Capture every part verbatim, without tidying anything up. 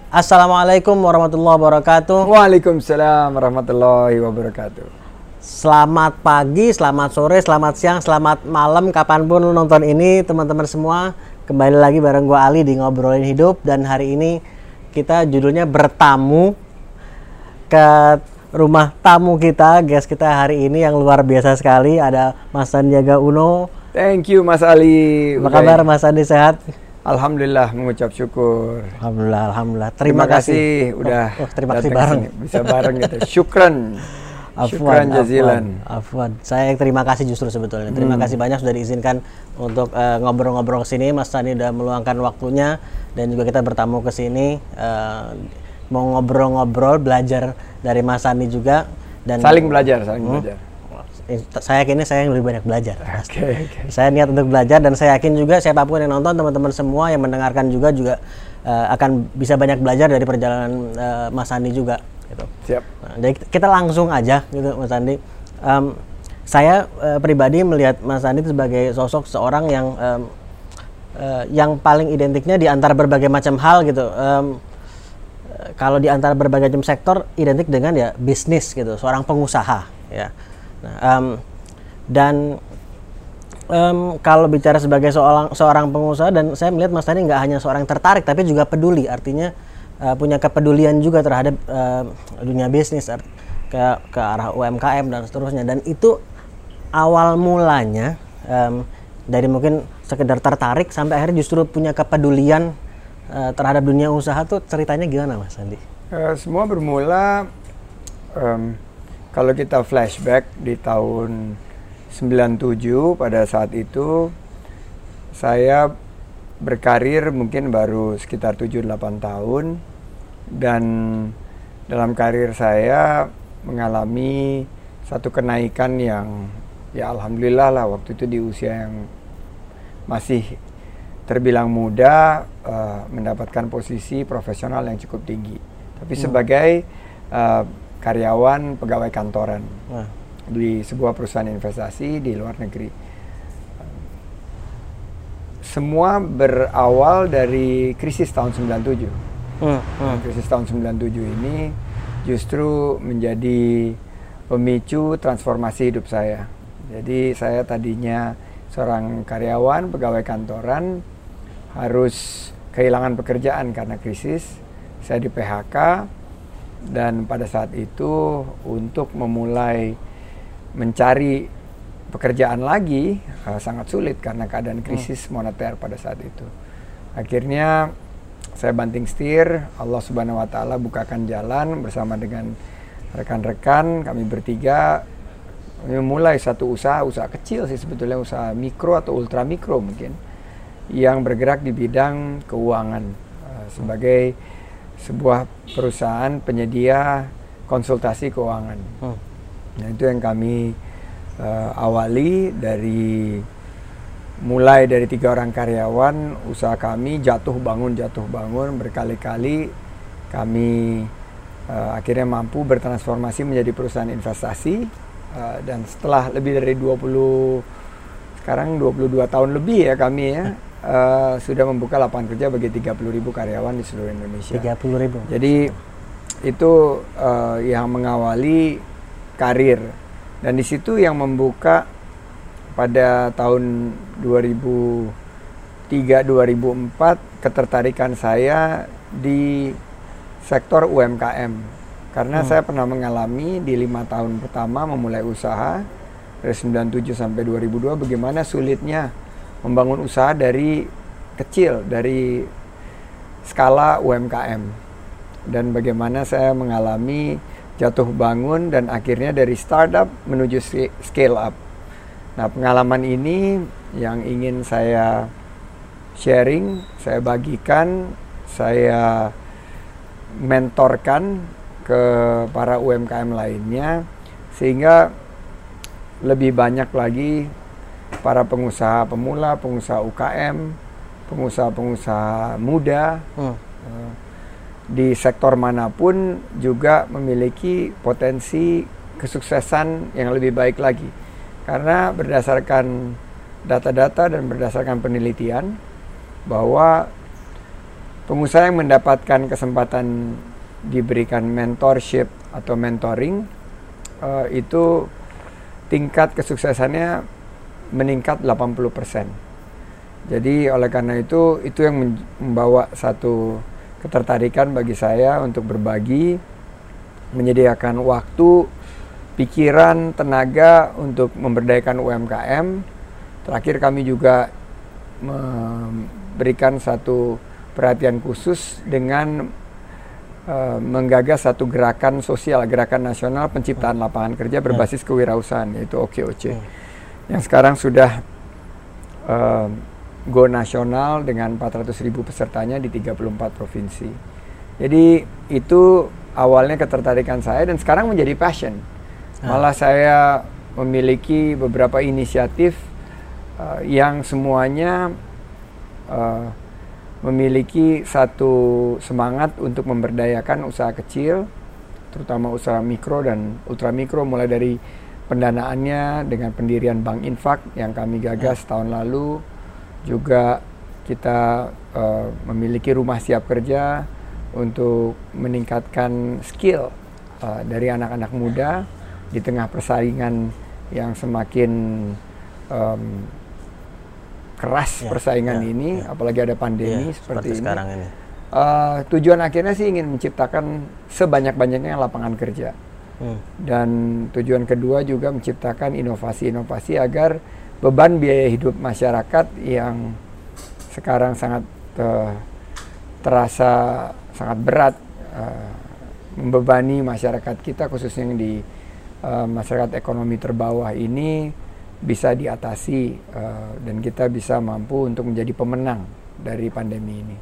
Assalamualaikum warahmatullahi wabarakatuh. Waalaikumsalam warahmatullahi wabarakatuh. Selamat pagi, selamat sore, selamat siang, selamat malam, kapanpun lu nonton ini, teman-teman semua. Kembali lagi bareng gue Ali di Ngobrolin Hidup. Dan hari ini kita judulnya bertamu ke rumah tamu kita. Guest kita hari ini yang luar biasa sekali. Ada Mas Sandiaga Uno. Thank you Mas Ali. Apa kabar Mas Sandi, sehat? Alhamdulillah, mengucap syukur. Alhamdulillah, alhamdulillah. Terima, Terima, kasih kasih udah oh, oh, terima kasih datang bareng. kesini. Bisa bareng gitu. Syukran. Syukran jazilan. Afwan. Saya yang terima kasih justru sebetulnya. Terima Hmm. kasih banyak sudah diizinkan untuk uh, ngobrol-ngobrol ke sini. Mas Sandi udah meluangkan waktunya dan juga kita bertamu ke sini uh, mau ngobrol-ngobrol, belajar dari Mas Sandi juga dan Saling belajar, saling hmm, belajar. Saya yakin saya yang lebih banyak belajar. Oke, okay, okay. Saya niat untuk belajar dan saya yakin juga siapapun yang nonton, teman-teman semua yang mendengarkan juga juga uh, akan bisa banyak belajar dari perjalanan uh, Mas Sandi juga. Gitu. Siap. Nah, jadi kita langsung aja gitu Mas Sandi. Um, saya uh, pribadi melihat Mas Sandi sebagai sosok seorang yang um, uh, yang paling identiknya di antara berbagai macam hal gitu. Um, uh, kalau di antara berbagai macam sektor identik dengan ya bisnis gitu, seorang pengusaha ya. Nah, um, dan um, kalau bicara sebagai seorang seorang pengusaha, dan saya melihat Mas Sandi nggak hanya seorang tertarik tapi juga peduli, artinya uh, punya kepedulian juga terhadap uh, dunia bisnis ke ke arah U M K M dan seterusnya. Dan itu awal mulanya um, dari mungkin sekedar tertarik sampai akhirnya justru punya kepedulian uh, terhadap dunia usaha. Tuh ceritanya gimana Mas Sandi? Uh, semua bermula um, kalau kita flashback di tahun sembilan tujuh, pada saat itu saya berkarir mungkin baru sekitar tujuh delapan tahun, dan dalam karir saya mengalami satu kenaikan yang ya alhamdulillah lah, waktu itu di usia yang masih terbilang muda uh, mendapatkan posisi profesional yang cukup tinggi. Tapi hmm. sebagai uh, karyawan pegawai kantoran nah. di sebuah perusahaan investasi di luar negeri. Semua berawal dari krisis tahun sembilan tujuh. Hmm, hmm. Krisis tahun sembilan tujuh ini justru menjadi pemicu transformasi hidup saya. Jadi saya tadinya seorang karyawan pegawai kantoran, harus kehilangan pekerjaan karena krisis. Saya di P H K. Dan pada saat itu untuk memulai mencari pekerjaan lagi uh, sangat sulit karena keadaan krisis hmm. moneter pada saat itu. Akhirnya saya banting setir, Allah Subhanahu Wa Taala bukakan jalan bersama dengan rekan-rekan kami bertiga, kami memulai satu usaha, usaha kecil sih sebetulnya, usaha mikro atau ultra mikro mungkin, yang bergerak di bidang keuangan uh, sebagai sebuah perusahaan penyedia konsultasi keuangan. Hmm. Nah, itu yang kami uh, awali dari mulai dari tiga orang karyawan. Usaha kami jatuh bangun jatuh bangun berkali-kali. Kami uh, akhirnya mampu bertransformasi menjadi perusahaan investasi, uh, dan setelah lebih dari dua puluh sekarang dua puluh dua tahun lebih ya kami ya. Uh, sudah membuka lapangan kerja bagi tiga puluh ribu karyawan di seluruh Indonesia. tiga puluh ribu. Jadi itu uh, yang mengawali karir, dan di situ yang membuka pada tahun dua ribu tiga dua ribu empat ketertarikan saya di sektor U M K M, karena hmm. saya pernah mengalami di lima tahun pertama memulai usaha dari sembilan tujuh sampai dua ribu dua bagaimana sulitnya membangun usaha dari kecil, dari skala U M K M, dan bagaimana saya mengalami jatuh bangun dan akhirnya dari startup menuju scale up. Nah, pengalaman ini yang ingin saya sharing, saya bagikan, saya mentorkan ke para U M K M lainnya, sehingga lebih banyak lagi para pengusaha pemula, pengusaha U K M, pengusaha-pengusaha muda hmm. uh, di sektor manapun juga memiliki potensi kesuksesan yang lebih baik lagi. Karena berdasarkan data-data dan berdasarkan penelitian bahwa pengusaha yang mendapatkan kesempatan diberikan mentorship atau mentoring, uh, itu tingkat kesuksesannya meningkat delapan puluh persen. Jadi oleh karena itu, itu yang membawa satu ketertarikan bagi saya untuk berbagi, menyediakan waktu, pikiran, tenaga untuk memberdayakan U M K M. Terakhir kami juga memberikan satu perhatian khusus dengan uh, menggagas satu gerakan sosial, gerakan nasional penciptaan lapangan kerja berbasis kewirausahaan, yaitu O K O C. Yang sekarang sudah uh, go nasional dengan empat ratus ribu pesertanya di tiga puluh empat provinsi. Jadi itu awalnya ketertarikan saya dan sekarang menjadi passion. Malah saya memiliki beberapa inisiatif uh, yang semuanya uh, memiliki satu semangat untuk memberdayakan usaha kecil, terutama usaha mikro dan ultra mikro, mulai dari pendanaannya dengan pendirian Bank Infak yang kami gagas tahun lalu. Juga kita uh, memiliki rumah siap kerja untuk meningkatkan skill uh, dari anak-anak muda di tengah persaingan yang semakin um, keras ya, persaingan ya, ini, ya. Apalagi ada pandemi ya, seperti, seperti ini. Sekarang ini. Uh, tujuan akhirnya sih ingin menciptakan sebanyak-banyaknya lapangan kerja. Hmm. Dan tujuan kedua juga menciptakan inovasi-inovasi agar beban biaya hidup masyarakat yang sekarang sangat uh, terasa sangat berat uh, membebani masyarakat kita, khususnya yang di uh, masyarakat ekonomi terbawah ini, bisa diatasi uh, dan kita bisa mampu untuk menjadi pemenang dari pandemi ini.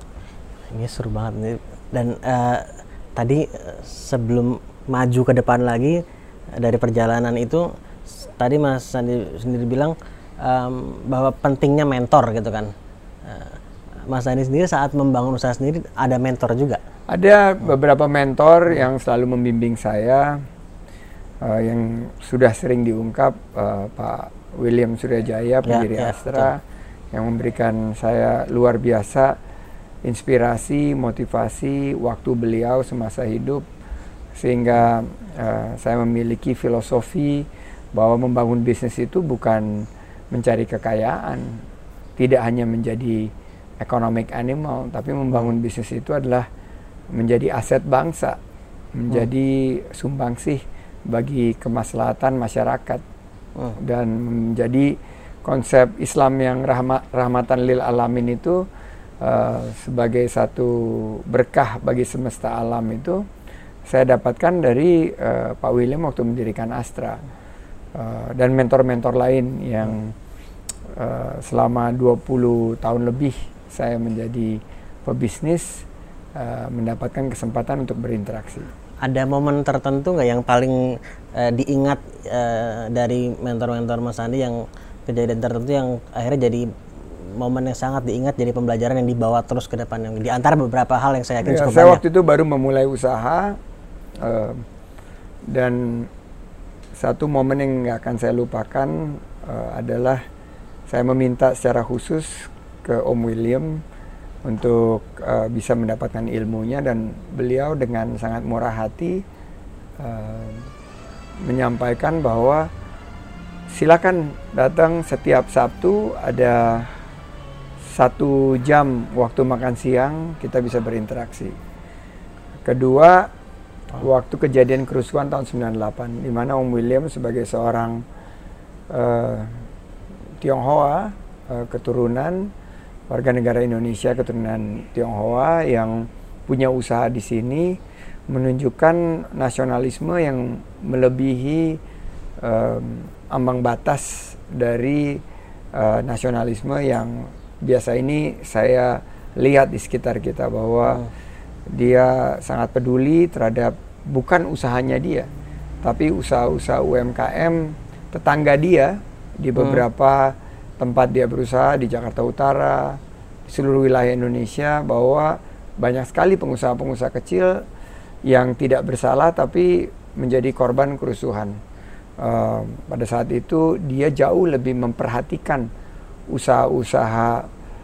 Ini seru banget nih. Dan uh, tadi sebelum maju ke depan lagi dari perjalanan itu, tadi Mas Sandi sendiri bilang um, bahwa pentingnya mentor gitu kan. Uh, Mas Sandi sendiri saat membangun usaha sendiri ada mentor juga? Ada beberapa mentor yang selalu membimbing saya, uh, yang sudah sering diungkap, uh, Pak William Suryajaya, pendiri ya, ya, Astra, betul. Yang memberikan saya luar biasa inspirasi, motivasi, waktu beliau semasa hidup, sehingga uh, saya memiliki filosofi bahwa membangun bisnis itu bukan mencari kekayaan, tidak hanya menjadi economic animal, tapi membangun bisnis itu adalah menjadi aset bangsa, menjadi hmm. sumbangsih bagi kemaslahatan masyarakat, hmm. dan menjadi konsep Islam yang rahma, rahmatan lil alamin itu uh, sebagai satu berkah bagi semesta alam itu saya dapatkan dari uh, Pak William waktu mendirikan Astra. Uh, dan mentor-mentor lain yang uh, selama dua puluh tahun lebih saya menjadi pebisnis, uh, mendapatkan kesempatan untuk berinteraksi. Ada momen tertentu nggak yang paling uh, diingat uh, dari mentor-mentor Mas Sandi, yang kejadian tertentu yang akhirnya jadi momen yang sangat diingat, jadi pembelajaran yang dibawa terus ke depan, yang di antara beberapa hal yang saya yakin ya, cukup saya banyak. Waktu itu baru memulai usaha, uh, dan satu momen yang nggak akan saya lupakan uh, adalah saya meminta secara khusus ke Om William untuk uh, bisa mendapatkan ilmunya, dan beliau dengan sangat murah hati uh, menyampaikan bahwa silakan datang setiap Sabtu, ada satu jam waktu makan siang kita bisa berinteraksi. Kedua, waktu kejadian kerusuhan tahun sembilan puluh delapan, di mana Om William sebagai seorang uh, Tionghoa, uh, keturunan warga negara Indonesia keturunan Tionghoa yang punya usaha di sini, menunjukkan nasionalisme yang melebihi um, ambang batas dari uh, nasionalisme yang biasa ini saya lihat di sekitar kita, bahwa hmm. dia sangat peduli terhadap bukan usahanya dia, tapi usaha-usaha U M K M tetangga dia di beberapa hmm. tempat dia berusaha di Jakarta Utara, di seluruh wilayah Indonesia, bahwa banyak sekali pengusaha-pengusaha kecil yang tidak bersalah tapi menjadi korban kerusuhan. Uh, pada saat itu dia jauh lebih memperhatikan usaha-usaha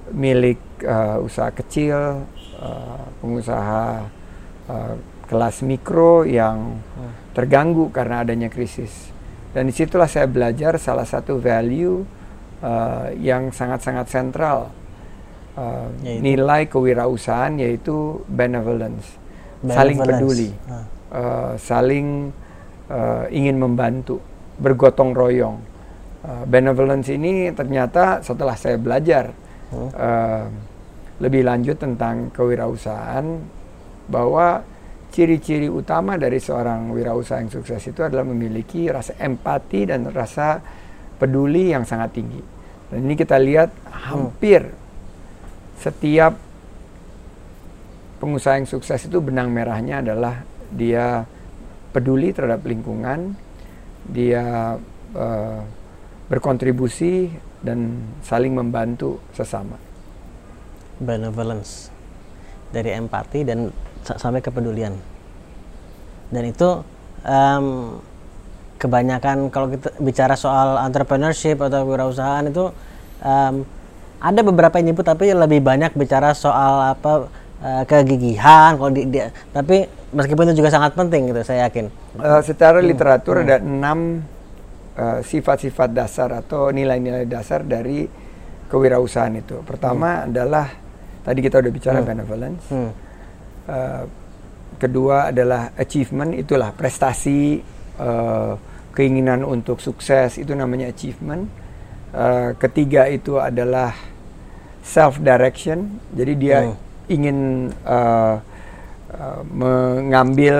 milik uh, usaha kecil, uh, pengusaha uh, kelas mikro yang terganggu karena adanya krisis. Dan disitulah saya belajar salah satu value uh, yang sangat-sangat sentral, uh, nilai kewirausahaan, yaitu benevolence, benevolence. saling peduli, uh, saling uh, ingin membantu, bergotong royong. Uh, benevolence ini ternyata setelah saya belajar hmm. uh, lebih lanjut tentang kewirausahaan, bahwa ciri-ciri utama dari seorang wirausaha yang sukses itu adalah memiliki rasa empati dan rasa peduli yang sangat tinggi. Dan ini kita lihat hampir hmm. setiap pengusaha yang sukses itu benang merahnya adalah dia peduli terhadap lingkungan, dia uh, berkontribusi dan saling membantu sesama. Benevolence, dari empati dan sampai kepedulian. Dan itu um, kebanyakan kalau kita bicara soal entrepreneurship atau kewirausahaan itu um, ada beberapa yang nyebut, tapi lebih banyak bicara soal apa uh, kegigihan. Kalau di, di, tapi meskipun itu juga sangat penting gitu, saya yakin. Uh, secara literatur hmm. ada enam Uh, sifat-sifat dasar atau nilai-nilai dasar dari kewirausahaan itu. Pertama hmm. adalah tadi kita udah bicara hmm. benevolence. Hmm. Uh, kedua adalah achievement, itulah prestasi, uh, keinginan untuk sukses, itu namanya achievement. Uh, ketiga itu adalah self direction. Jadi dia hmm. ingin uh, uh, mengambil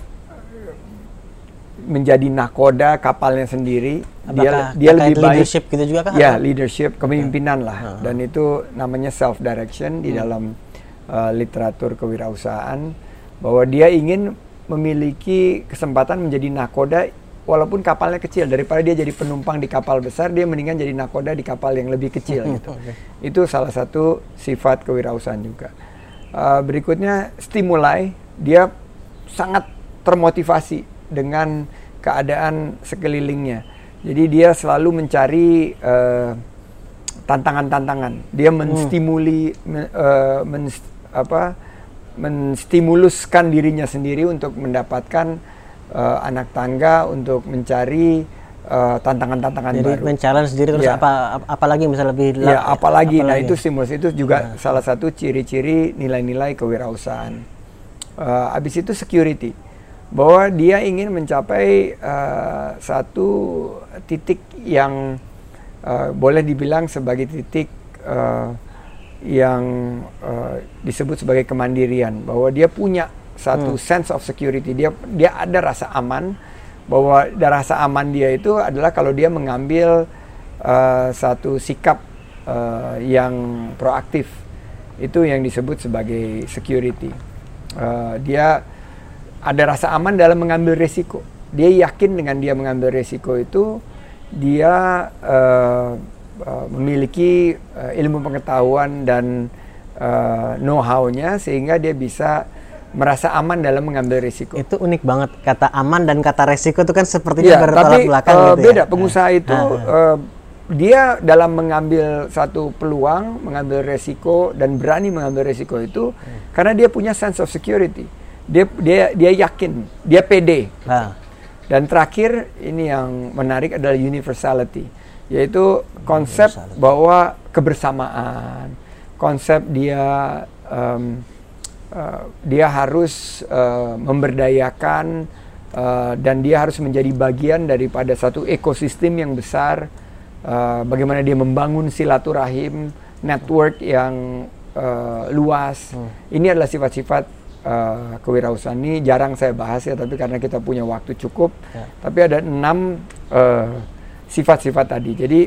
menjadi nakoda kapalnya sendiri. Apakah, dia dia lebih baik leadership gitu juga kan? Ya, leadership, kepemimpinan lah. Uh-huh. Dan itu namanya self direction di hmm. dalam uh, literatur kewirausahaan, bahwa dia ingin memiliki kesempatan menjadi nakoda walaupun kapalnya kecil. Daripada dia jadi penumpang di kapal besar, dia mendingan jadi nakoda di kapal yang lebih kecil gitu. Okay. Itu salah satu sifat kewirausahaan juga. Uh, berikutnya stimuli, dia sangat termotivasi dengan keadaan sekelilingnya. Jadi dia selalu mencari uh, tantangan-tantangan. Dia menstimuli, hmm. men, uh, men, apa, menstimuluskan dirinya sendiri untuk mendapatkan uh, anak tangga, untuk mencari uh, tantangan-tantangan Jadi baru. Jadi men-challenge sendiri terus ya. apa apalagi misalnya lebih ya, apalagi. apalagi. Nah, itu stimulus itu juga nah. salah satu ciri-ciri nilai-nilai kewirausahaan. Uh, habis itu security, bahwa dia ingin mencapai uh, satu titik yang uh, boleh dibilang sebagai titik uh, yang uh, disebut sebagai kemandirian, bahwa dia punya satu hmm. sense of security, dia dia ada rasa aman, bahwa rasa aman dia itu adalah kalau dia mengambil uh, satu sikap uh, yang proaktif, itu yang disebut sebagai security. Uh, dia ada rasa aman dalam mengambil resiko. Dia yakin dengan dia mengambil resiko itu, dia uh, uh, memiliki uh, ilmu pengetahuan dan uh, know-how-nya, sehingga dia bisa merasa aman dalam mengambil resiko. Itu unik banget, kata aman dan kata resiko itu kan sepertinya ya, bertolak tapi, belakang uh, gitu ya. beda, pengusaha nah. itu uh, dia dalam mengambil satu peluang, mengambil resiko dan berani mengambil resiko itu hmm. karena dia punya sense of security. Dia dia dia yakin, dia pede. Nah. Dan terakhir ini yang menarik adalah universality, yaitu konsep bahwa kebersamaan, konsep dia um, uh, dia harus uh, memberdayakan uh, dan dia harus menjadi bagian daripada satu ekosistem yang besar. Uh, bagaimana dia membangun silaturahim, network yang uh, luas. Hmm. Ini adalah sifat-sifat Uh, kewirausahaan. Ini jarang saya bahas ya, tapi karena kita punya waktu cukup, ya. Tapi ada enam uh, sifat-sifat tadi. Jadi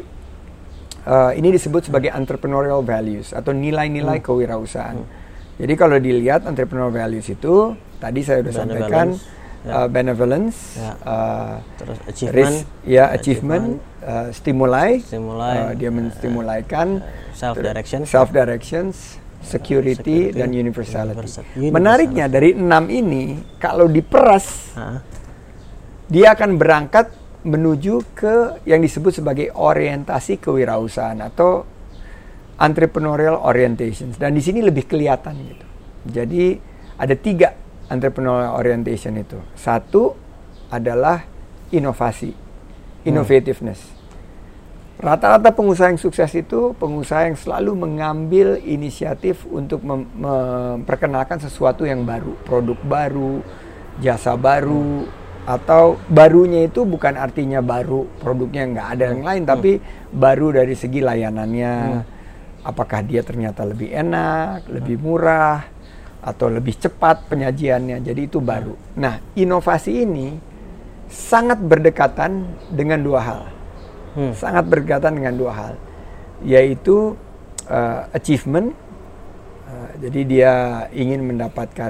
uh, ini disebut sebagai entrepreneurial values atau nilai-nilai hmm. kewirausahaan. Hmm. Jadi kalau dilihat entrepreneurial values itu tadi saya sudah sampaikan ya. uh, benevolence, ya. uh, terus achievement, risk, ya achievement, achievement uh, stimuli, stimuli uh, dia menstimulaikan, uh, self direction, self directions. Security, security dan universality. universality. Menariknya dari enam ini, kalau diperas, ha? dia akan berangkat menuju ke yang disebut sebagai orientasi kewirausahaan atau entrepreneurial orientation, dan di sini lebih kelihatan gitu. Jadi ada tiga entrepreneurial orientation itu. Satu adalah inovasi, innovativeness. Hmm. Rata-rata pengusaha yang sukses itu pengusaha yang selalu mengambil inisiatif untuk mem- memperkenalkan sesuatu yang baru, produk baru, jasa baru, hmm. atau barunya itu bukan artinya baru produknya nggak ada yang lain, hmm. tapi baru dari segi layanannya, hmm. apakah dia ternyata lebih enak, hmm. lebih murah, atau lebih cepat penyajiannya, jadi itu baru. Hmm. Nah, inovasi ini sangat berdekatan dengan dua hal. Hmm. Sangat berdekatan dengan dua hal, yaitu uh, achievement, uh, jadi dia ingin mendapatkan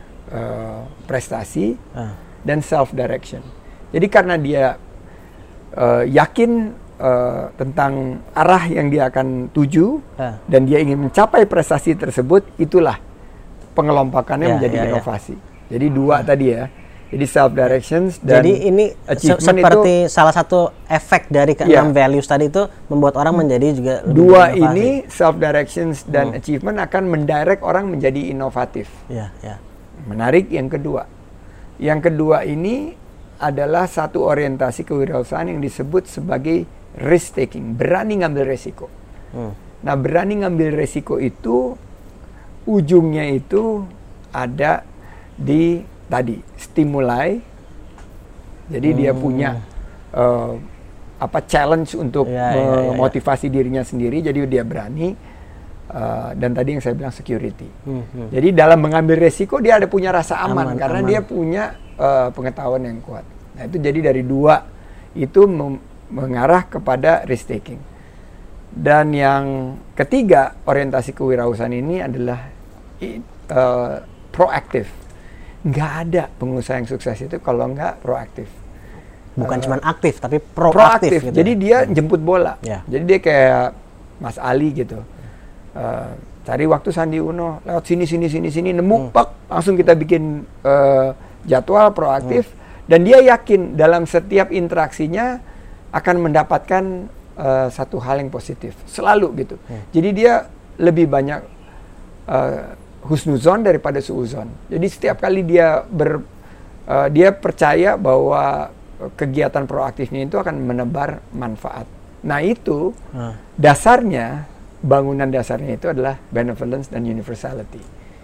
uh, prestasi, uh. dan self direction. Jadi karena dia uh, yakin uh, tentang arah yang dia akan tuju, uh. dan dia ingin mencapai prestasi tersebut, itulah pengelompokannya yeah, menjadi yeah, inovasi. Yeah. Jadi dua uh. tadi ya. Jadi self directions dan jadi ini se- seperti itu, salah satu efek dari keenam yeah. values tadi itu membuat orang menjadi juga dua ini self directions dan hmm. achievement akan mendirect orang menjadi inovatif. Yeah, yeah. Menarik yang kedua. Yang kedua ini adalah satu orientasi kewirausahaan yang disebut sebagai risk taking, berani ngambil resiko. Hmm. Nah, berani ngambil resiko itu ujungnya itu ada di tadi stimulai, jadi hmm. dia punya uh, apa challenge untuk ya, memotivasi ya, ya, ya. dirinya sendiri, jadi dia berani, uh, dan tadi yang saya bilang security. Hmm, hmm. Jadi dalam mengambil resiko dia ada punya rasa aman, aman karena aman. dia punya uh, pengetahuan yang kuat. Nah itu jadi dari dua itu mem- mengarah kepada risk taking. Dan yang ketiga orientasi kewirausahaan ini adalah uh, proaktif. Nggak ada pengusaha yang sukses itu kalau nggak proaktif. Bukan uh, cuma aktif, tapi proaktif. Proaktif. Gitu. Jadi dia jemput bola. Yeah. Jadi dia kayak Mas Ali gitu. Uh, cari waktu Sandi Uno, lewat sini, sini, sini, sini, nemu, hmm. pak, langsung kita bikin uh, jadwal proaktif. Hmm. Dan dia yakin dalam setiap interaksinya akan mendapatkan uh, satu hal yang positif. Selalu gitu. Hmm. Jadi dia lebih banyak uh, husnuzon daripada suuzon. Jadi setiap kali dia ber uh, dia percaya bahwa kegiatan proaktifnya itu akan menebar manfaat. Nah itu hmm. dasarnya, bangunan dasarnya itu adalah benevolence dan universality.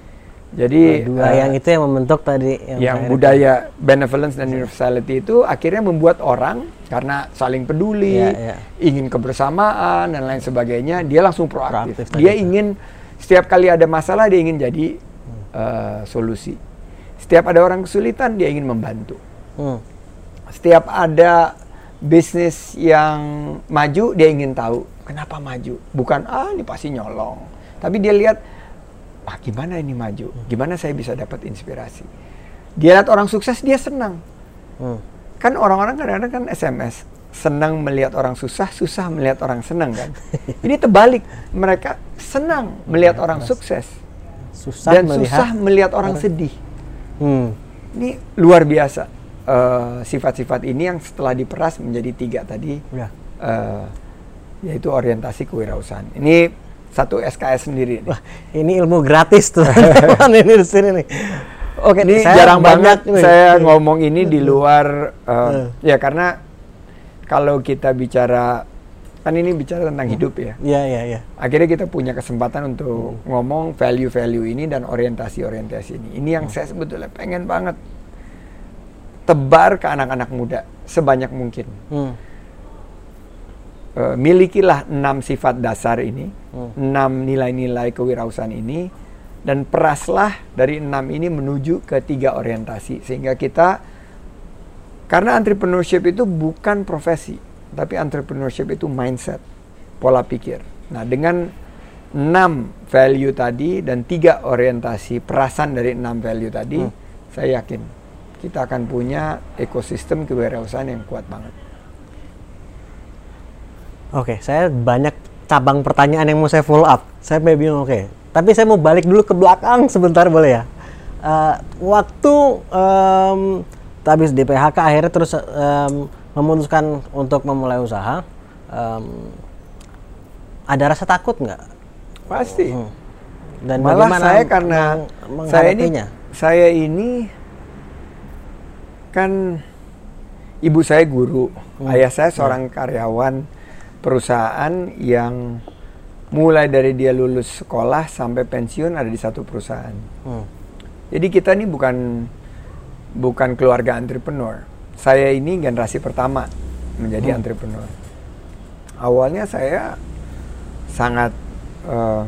Jadi dua uh, yang itu yang membentuk tadi yang, yang budaya benevolence dan universality itu akhirnya membuat orang karena saling peduli, yeah, yeah. ingin kebersamaan dan lain sebagainya, dia langsung proaktif. proaktif dia ingin setiap kali ada masalah dia ingin jadi uh, solusi. Setiap ada orang kesulitan dia ingin membantu. Hmm. Setiap ada bisnis yang maju dia ingin tahu kenapa maju. Bukan ah ini pasti nyolong. Tapi dia lihat ah gimana ini maju? Gimana saya bisa dapat inspirasi? Dia lihat orang sukses dia senang. Hmm. Kan orang-orang kadang-kadang kan S M S senang melihat orang susah, susah melihat orang senang kan. Ini terbalik, mereka senang melihat orang sukses, susah dan melihat susah melihat orang sedih. Hmm. Ini luar biasa uh, sifat-sifat ini yang setelah diperas menjadi tiga tadi, ya. uh, yaitu orientasi kewirausahaan. Ini satu S K S sendiri. Nih. Wah, ini ilmu gratis tuh. Ini di sini nih. Oke, ini saya jarang banget nih. Saya ngomong ini di luar, uh, uh. ya karena kalau kita bicara, kan ini bicara tentang hidup ya. Iya, iya, iya. Akhirnya kita punya kesempatan untuk hmm. ngomong value-value ini dan orientasi-orientasi ini. Ini yang hmm. saya sebetulnya pengen banget tebar ke anak-anak muda sebanyak mungkin. Hmm. Uh, milikilah enam sifat dasar ini, hmm. enam nilai-nilai kewirausahaan ini, dan peraslah dari enam ini menuju ke tiga orientasi. Sehingga kita, karena entrepreneurship itu bukan profesi, tapi entrepreneurship itu mindset, pola pikir. Nah, dengan enam value tadi dan tiga orientasi perasan dari enam value tadi, hmm. saya yakin kita akan punya ekosistem kewirausahaan yang kuat banget. Oke, saya banyak cabang pertanyaan yang mau saya follow up. Saya may bingung, oke. Tapi saya mau balik dulu ke belakang sebentar, boleh ya? Uh, waktu um, habis di P H K akhirnya terus um, memutuskan untuk memulai usaha. Um, ada rasa takut nggak Pasti. Hmm. Dan malah saya karena saya ini saya ini kan ibu saya guru, hmm. ayah saya seorang hmm. karyawan perusahaan yang mulai dari dia lulus sekolah sampai pensiun ada di satu perusahaan. Hmm. Jadi kita ini bukan bukan keluarga entrepreneur. Saya ini generasi pertama menjadi hmm. entrepreneur. Awalnya saya sangat uh,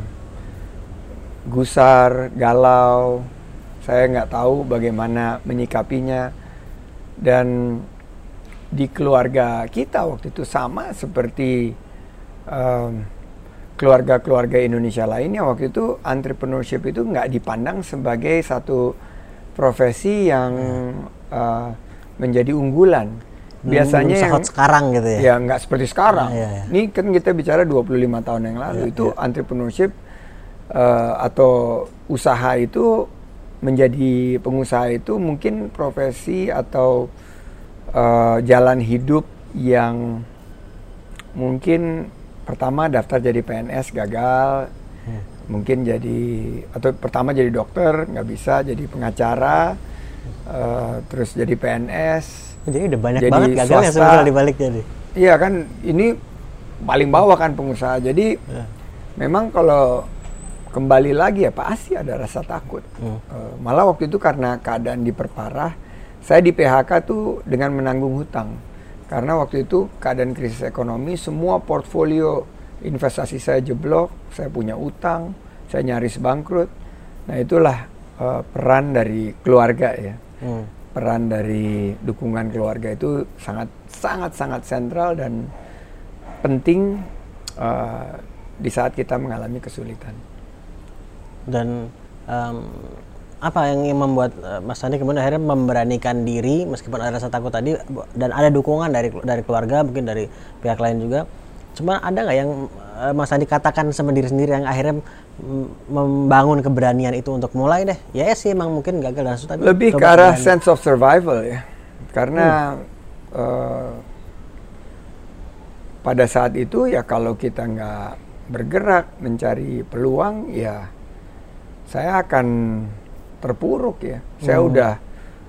gusar, galau. Saya nggak tahu bagaimana menyikapinya. Dan di keluarga kita waktu itu sama seperti um, keluarga-keluarga Indonesia lainnya, waktu itu entrepreneurship itu nggak dipandang sebagai satu profesi yang uh, menjadi unggulan. Biasanya hmm, yang sekarang gitu ya. Ya nggak seperti sekarang. Ah, iya, iya. Ini kan kita bicara dua puluh lima tahun yang lalu, iya, itu iya. entrepreneurship uh, atau usaha itu, menjadi pengusaha itu mungkin profesi atau uh, jalan hidup yang mungkin pertama daftar jadi P N S gagal, hmm. mungkin jadi atau pertama jadi dokter nggak bisa, jadi pengacara, uh, terus jadi P N S. Jadi udah banyak jadi banget gagalnya sebenarnya dibalik jadi. Iya kan, ini paling bawah kan pengusaha. Jadi ya. Memang kalau kembali lagi ya pasti ada rasa takut. Hmm. Uh, malah waktu itu karena keadaan diperparah, saya di P H K tuh dengan menanggung hutang. Karena waktu itu keadaan krisis ekonomi, semua portfolio investasi saya jeblok, saya punya utang, saya nyaris bangkrut. Nah itulah uh, peran dari keluarga ya. Hmm. Peran dari dukungan keluarga itu sangat sangat sangat sentral dan penting uh, di saat kita mengalami kesulitan. Dan um, apa yang membuat uh, Mas Sandi kemudian akhirnya memberanikan diri meskipun ada rasa takut tadi dan ada dukungan dari dari keluarga, mungkin dari pihak lain juga. Cuma ada nggak yang uh, Mas Sandi katakan sama diri sendiri yang akhirnya membangun keberanian itu untuk mulai deh? Ya sih emang mungkin gagal dan susah. Lebih ke arah sense of survival ya, karena hmm. uh, pada saat itu ya kalau kita nggak bergerak mencari peluang ya saya akan terpuruk ya. Saya hmm. udah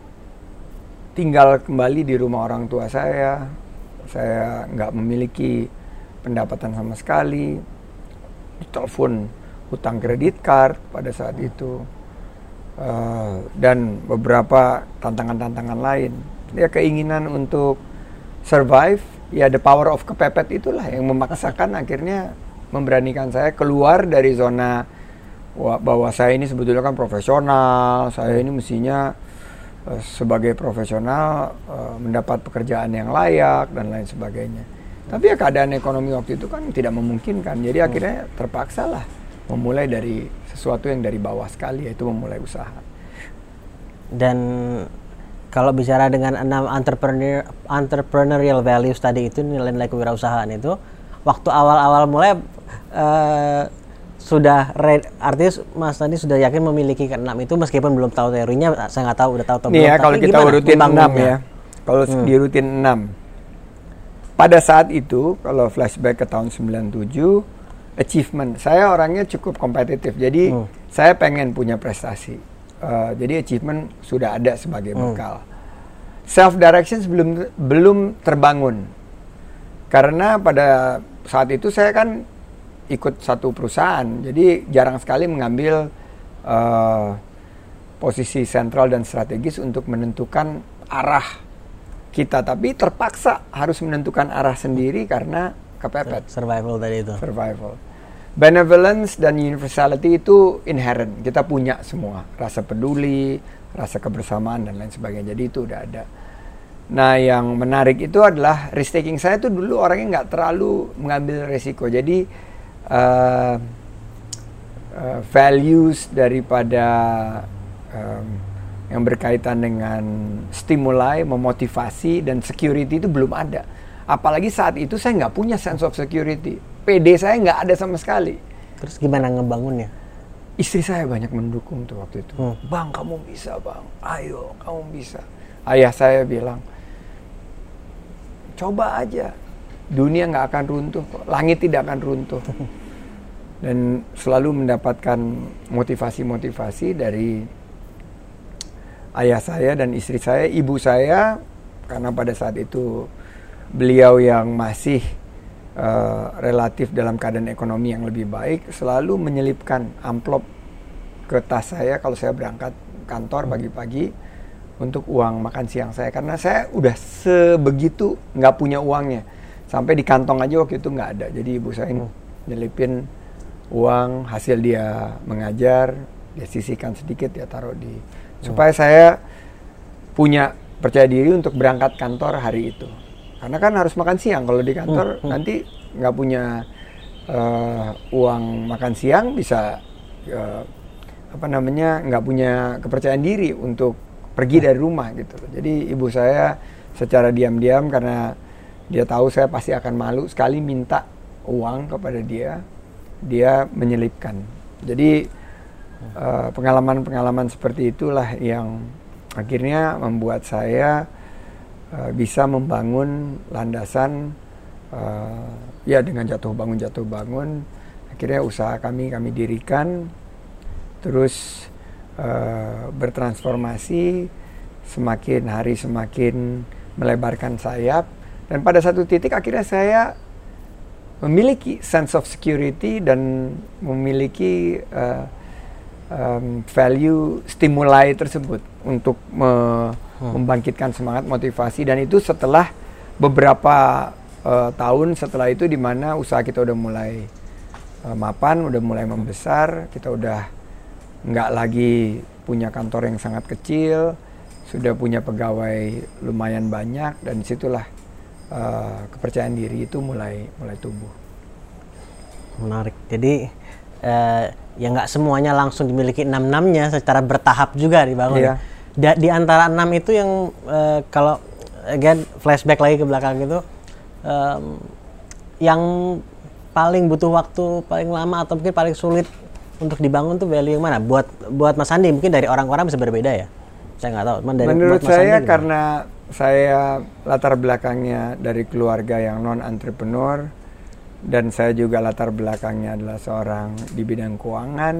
tinggal kembali di rumah orang tua saya. Saya nggak memiliki pendapatan sama sekali. Telepon hutang kredit card pada saat hmm. itu. Uh, dan beberapa tantangan-tantangan lain. Ya keinginan untuk survive, ya the power of kepepet itulah yang memaksakan akhirnya memberanikan saya keluar dari zona bahwa saya ini sebetulnya kan profesional, saya ini mestinya uh, sebagai profesional uh, mendapat pekerjaan yang layak dan lain sebagainya. Tapi ya keadaan ekonomi waktu itu kan tidak memungkinkan, jadi hmm. akhirnya terpaksa lah memulai dari sesuatu yang dari bawah sekali, yaitu memulai usaha. Dan kalau bicara dengan enam entrepreneur entrepreneurial values tadi itu, nilai-nilai kewirausahaan itu, waktu awal-awal mulai uh, sudah re- artinya Mas Sandi sudah yakin memiliki keenam itu meskipun belum tahu teorinya, saya nggak tahu udah tahu atau belum. Nih ya, kalau kita urutin enam ya, kalau hmm. dirutin enam. Pada saat itu, kalau flashback ke tahun sembilan tujuh, achievement, saya orangnya cukup kompetitif, jadi hmm. saya pengen punya prestasi. Uh, jadi achievement sudah ada sebagai bekal. Hmm. Self direction belum belum terbangun, karena pada saat itu saya kan ikut satu perusahaan, jadi jarang sekali mengambil uh, posisi sentral dan strategis untuk menentukan arah kita, tapi terpaksa harus menentukan arah sendiri karena kepepet. Survival tadi itu. Survival. Benevolence dan universality itu inherent, kita punya semua, rasa peduli, rasa kebersamaan dan lain sebagainya, jadi itu udah ada. Nah yang menarik itu adalah risk taking saya tuh dulu orangnya nggak terlalu mengambil resiko, jadi Uh, uh, values daripada um, yang berkaitan dengan stimuli, memotivasi dan security itu belum ada. Apalagi saat itu saya nggak punya sense of security, P D saya nggak ada sama sekali. Terus gimana ngebangunnya? Istri saya banyak mendukung tuh waktu itu. Hmm. Bang, kamu bisa bang, ayo kamu bisa. Ayah saya bilang, coba aja. Dunia nggak akan runtuh, langit tidak akan runtuh. dan selalu mendapatkan motivasi-motivasi dari ayah saya dan istri saya, ibu saya, karena pada saat itu beliau yang masih uh, relatif dalam keadaan ekonomi yang lebih baik, selalu menyelipkan amplop ke tas saya kalau saya berangkat kantor pagi-pagi untuk uang makan siang saya, karena saya udah sebegitu nggak punya uangnya, sampai di kantong aja waktu itu nggak ada. Jadi ibu saya nyelipin uang hasil dia mengajar, dia sisihkan sedikit, dia taruh di, supaya saya punya percaya diri untuk berangkat kantor hari itu. Karena kan harus makan siang kalau di kantor, hmm, hmm. nanti nggak punya uh, uang makan siang, bisa uh, apa namanya nggak punya kepercayaan diri untuk pergi dari rumah gitu. Jadi ibu saya secara diam-diam, karena dia tahu saya pasti akan malu sekali minta uang kepada dia, dia menyelipkan. Jadi uh, pengalaman-pengalaman seperti itulah yang akhirnya membuat saya uh, bisa membangun landasan uh, ya dengan jatuh bangun jatuh bangun. Akhirnya usaha kami kami dirikan, terus uh, bertransformasi, semakin hari semakin melebarkan sayap, dan pada satu titik akhirnya saya memiliki sense of security dan memiliki uh, um, value stimuli tersebut untuk me- hmm. membangkitkan semangat, motivasi, dan itu setelah beberapa uh, tahun setelah itu, di mana usaha kita udah mulai uh, mapan, udah mulai membesar, kita udah nggak lagi punya kantor yang sangat kecil, sudah punya pegawai lumayan banyak, dan disitulah uh, kepercayaan diri itu mulai mulai tumbuh. Menarik. Jadi uh, ya nggak semuanya langsung dimiliki enam-enamnya, secara bertahap juga dibangun. Iya. Da, di antara enam itu yang uh, kalau again flashback lagi ke belakang gitu, um, yang paling butuh waktu paling lama atau mungkin paling sulit untuk dibangun tuh value yang mana? Buat buat Mas Andi mungkin dari orang-orang bisa berbeda ya. Saya nggak tahu. Dari, menurut buat saya karena saya latar belakangnya dari keluarga yang non entrepreneur, dan saya juga latar belakangnya adalah seorang di bidang keuangan.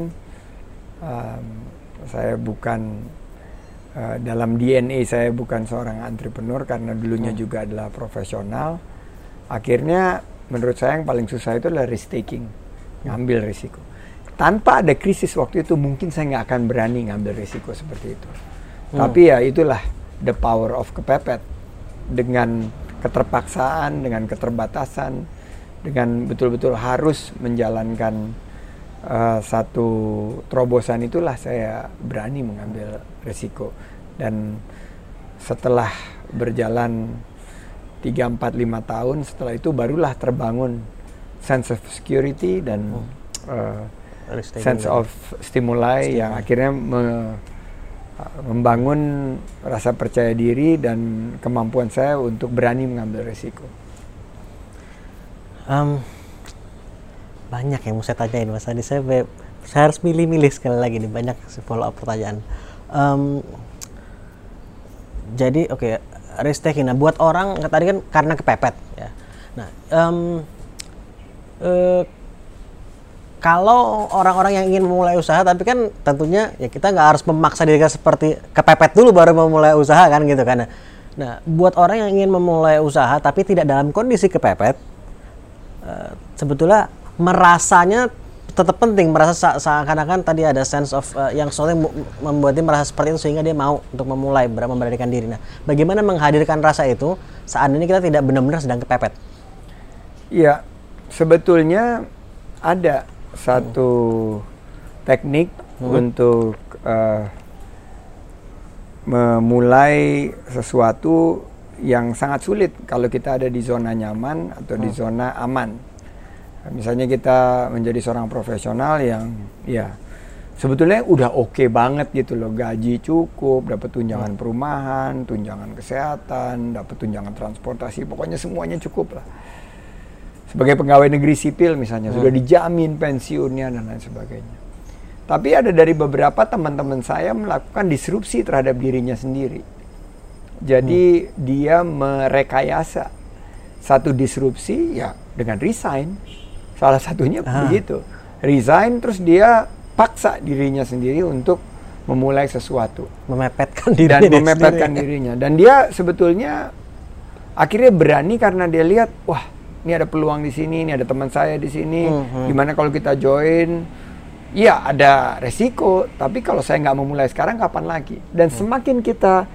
Um, saya bukan uh, dalam D N A saya bukan seorang entrepreneur karena dulunya hmm. juga adalah profesional. Akhirnya menurut saya yang paling susah itu adalah risk taking, ngambil risiko. Tanpa ada krisis waktu itu mungkin saya nggak akan berani ngambil risiko seperti itu. Hmm. Tapi ya itulah the power of kepepet. Dengan keterpaksaan, dengan keterbatasan, dengan betul-betul harus menjalankan uh, satu terobosan, itulah saya berani mengambil risiko. Dan setelah berjalan tiga, empat, lima tahun, setelah itu barulah terbangun sense of security dan hmm. uh, sense of stimuli, stimuli yang akhirnya me, membangun rasa percaya diri dan kemampuan saya untuk berani mengambil risiko. Um, banyak yang mau saya tanyain Mas Andi. Saya, saya harus milih-milih sekali lagi nih, banyak follow up pertanyaan. Um, jadi oke, okay, risk taking. Nah, buat orang tadi kan karena kepepet ya. Nah, um, uh, kalau orang-orang yang ingin memulai usaha, tapi kan tentunya ya kita nggak harus memaksa diri kita seperti kepepet dulu baru memulai usaha kan gitu kan. Nah, buat orang yang ingin memulai usaha tapi tidak dalam kondisi kepepet, uh, sebetulnya merasanya tetap penting, merasa seakan-akan tadi ada sense of uh, yang soalnya membuat dia merasa seperti itu sehingga dia mau untuk memulai memberanikan diri. Nah, bagaimana menghadirkan rasa itu saat ini kita tidak benar-benar sedang kepepet? Iya, sebetulnya ada satu teknik hmm. untuk uh, memulai sesuatu yang sangat sulit kalau kita ada di zona nyaman atau hmm. di zona aman. Misalnya kita menjadi seorang profesional yang ya sebetulnya udah oke okay banget gitu loh, gaji cukup, dapat tunjangan hmm. perumahan, tunjangan kesehatan, dapat tunjangan transportasi, pokoknya semuanya cukup lah. Sebagai pegawai negeri sipil misalnya, hmm. sudah dijamin pensiunnya dan lain sebagainya. Tapi ada dari beberapa teman-teman saya melakukan disrupsi terhadap dirinya sendiri. Jadi hmm. dia merekayasa satu disrupsi ya dengan resign. Salah satunya ah. begitu. resign, terus dia paksa dirinya sendiri untuk memulai sesuatu, memepetkan dirinya dan memepetkan sendiri. dirinya. Dan dia sebetulnya akhirnya berani karena dia lihat, wah, ini ada peluang di sini, ini ada teman saya di sini. Mm-hmm. Gimana kalau kita join? Iya, ada resiko, tapi kalau saya nggak memulai sekarang, kapan lagi? Dan mm. semakin kita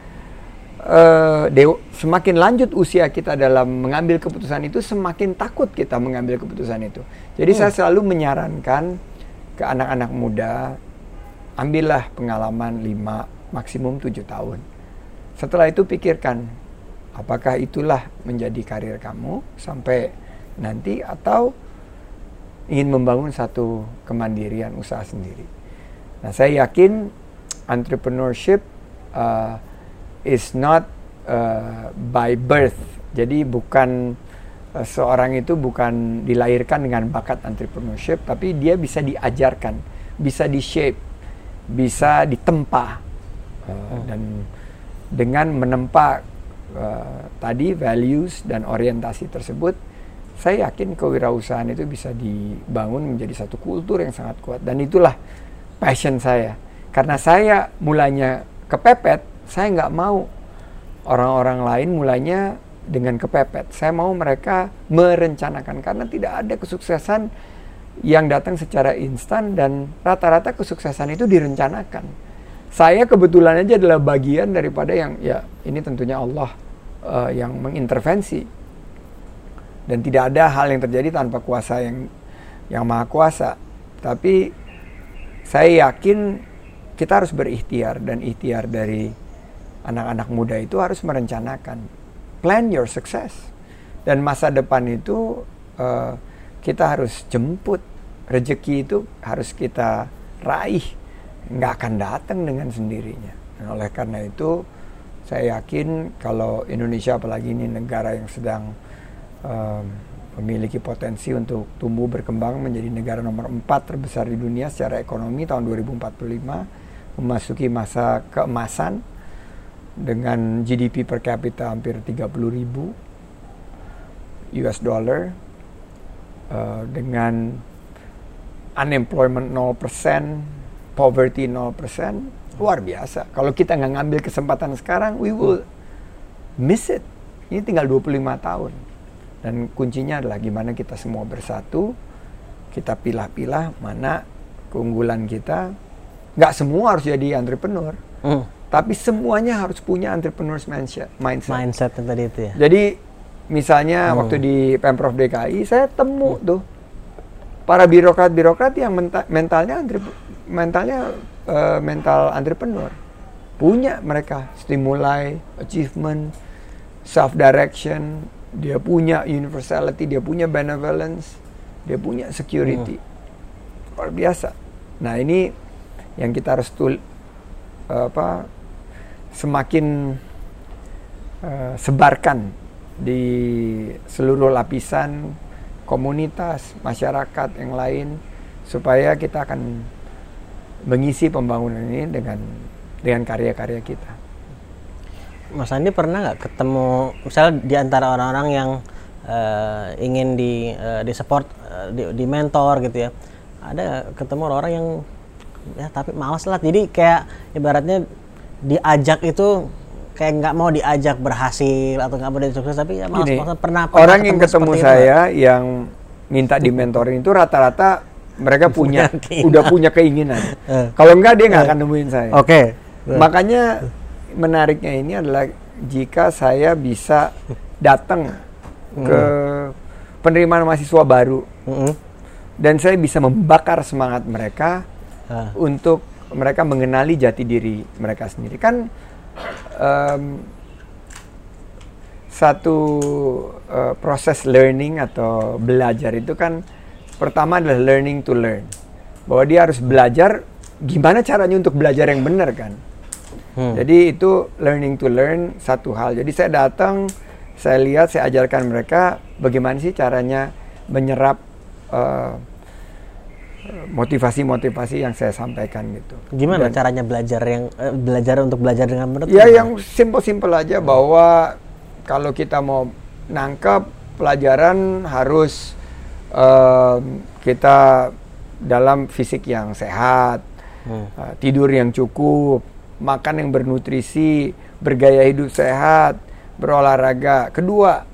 uh, dew- semakin lanjut usia kita dalam mengambil keputusan itu, semakin takut kita mengambil keputusan itu. Jadi mm. saya selalu menyarankan ke anak-anak muda, ambillah pengalaman lima, maksimum tujuh tahun. Setelah itu pikirkan, apakah itulah menjadi karir kamu sampai nanti, atau ingin membangun satu kemandirian usaha sendiri. Nah, saya yakin entrepreneurship uh, is not uh, by birth. Jadi bukan uh, seorang itu bukan dilahirkan dengan bakat entrepreneurship, tapi dia bisa diajarkan, bisa di-shape, bisa ditempa. Uh, dan dengan menempa uh, tadi values dan orientasi tersebut, saya yakin kewirausahaan itu bisa dibangun menjadi satu kultur yang sangat kuat. Dan itulah passion saya. Karena saya mulanya kepepet, saya nggak mau orang-orang lain mulanya dengan kepepet. Saya mau mereka merencanakan, karena tidak ada kesuksesan yang datang secara instan, dan rata-rata kesuksesan itu direncanakan. Saya kebetulan aja adalah bagian daripada yang, ya ini tentunya Allah uh, yang mengintervensi. Dan tidak ada hal yang terjadi tanpa kuasa yang yang maha kuasa. Tapi saya yakin kita harus berikhtiar, dan ikhtiar dari anak-anak muda itu harus merencanakan. Plan your success. Dan masa depan itu uh, kita harus jemput. Rezeki itu harus kita raih. Nggak akan datang dengan sendirinya. Dan oleh karena itu, saya yakin kalau Indonesia, apalagi ini negara yang sedang um, memiliki potensi untuk tumbuh berkembang menjadi negara nomor empat terbesar di dunia secara ekonomi tahun dua ribu empat puluh lima, memasuki masa keemasan dengan G D P per kapita hampir tiga puluh ribu U S dollar, uh, dengan unemployment nol persen, poverty nol persen, luar biasa. Kalau kita nggak ngambil kesempatan sekarang, we will miss it. Ini tinggal dua puluh lima tahun. Dan kuncinya adalah gimana kita semua bersatu, kita pilah-pilah mana keunggulan kita. Nggak semua harus jadi entrepreneur, mm. tapi semuanya harus punya entrepreneur's mindset. Mindset yang tadi itu ya. Jadi misalnya mm. waktu di Pemprov D K I, saya temu mm. tuh para birokrat-birokrat yang menta- mentalnya entrep- mentalnya uh, mental entrepreneur. Punya mereka stimuli, achievement, self-direction, dia punya universality, dia punya benevolence, dia punya security. Hmm. Luar biasa. Nah, ini yang kita harus tul, apa, semakin uh, sebarkan di seluruh lapisan komunitas, masyarakat yang lain, supaya kita akan mengisi pembangunan ini dengan dengan karya-karya kita. Mas Andi pernah nggak ketemu, misalnya di antara orang-orang yang uh, ingin di uh, di support, uh, di, di mentor gitu ya, ada ketemu orang-orang yang ya tapi malas lah, jadi kayak ibaratnya diajak itu kayak nggak mau diajak berhasil atau nggak mau jadi sukses, tapi ya malas. Gini, pernah, pernah orang yang ketemu saya itu, yang minta di mentoring itu rata-rata mereka punya udah punya keinginan. Kalau enggak dia nggak akan nemuin saya. Oke. Okay. Makanya menariknya ini adalah jika saya bisa datang mm. ke penerimaan mahasiswa baru mm-hmm. dan saya bisa membakar semangat mereka uh. untuk mereka mengenali jati diri mereka sendiri. Kan um, satu uh, proses learning atau belajar itu kan pertama adalah learning to learn, bahwa dia harus belajar gimana caranya untuk belajar yang benar kan. Hmm. Jadi itu learning to learn satu hal. Jadi saya datang, saya lihat, saya ajarkan mereka bagaimana sih caranya menyerap uh, motivasi-motivasi yang saya sampaikan gitu. Gimana Dan, caranya belajar yang uh, belajar untuk belajar dengan benar? Ya yang simple-simple aja, bahwa kalau kita mau nangkep pelajaran harus uh, kita dalam fisik yang sehat, hmm. uh, tidur yang cukup, makan yang bernutrisi, bergaya hidup sehat, berolahraga. Kedua,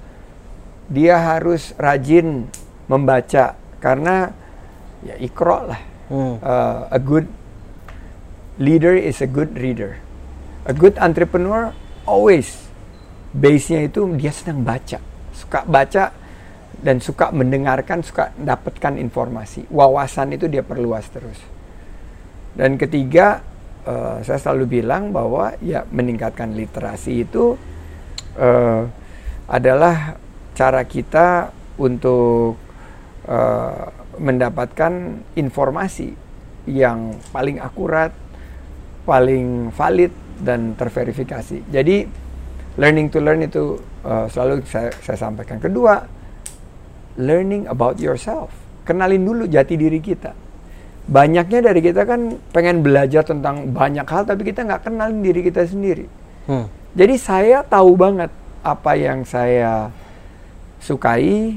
dia harus rajin membaca karena ya ikro lah. Hmm. Uh, a good leader is a good reader. A good entrepreneur always base-nya itu dia senang baca, suka baca dan suka mendengarkan, suka dapatkan informasi. Wawasan itu dia perluas terus. Dan ketiga, uh, saya selalu bilang bahwa ya meningkatkan literasi itu uh, adalah cara kita untuk uh, mendapatkan informasi yang paling akurat, paling valid dan terverifikasi. Jadi learning to learn itu uh, selalu saya, saya sampaikan. Kedua, learning about yourself. Kenalin dulu jati diri kita. Banyaknya dari kita kan pengen belajar tentang banyak hal, tapi kita nggak kenalin diri kita sendiri. Hmm. Jadi saya tahu banget apa yang saya sukai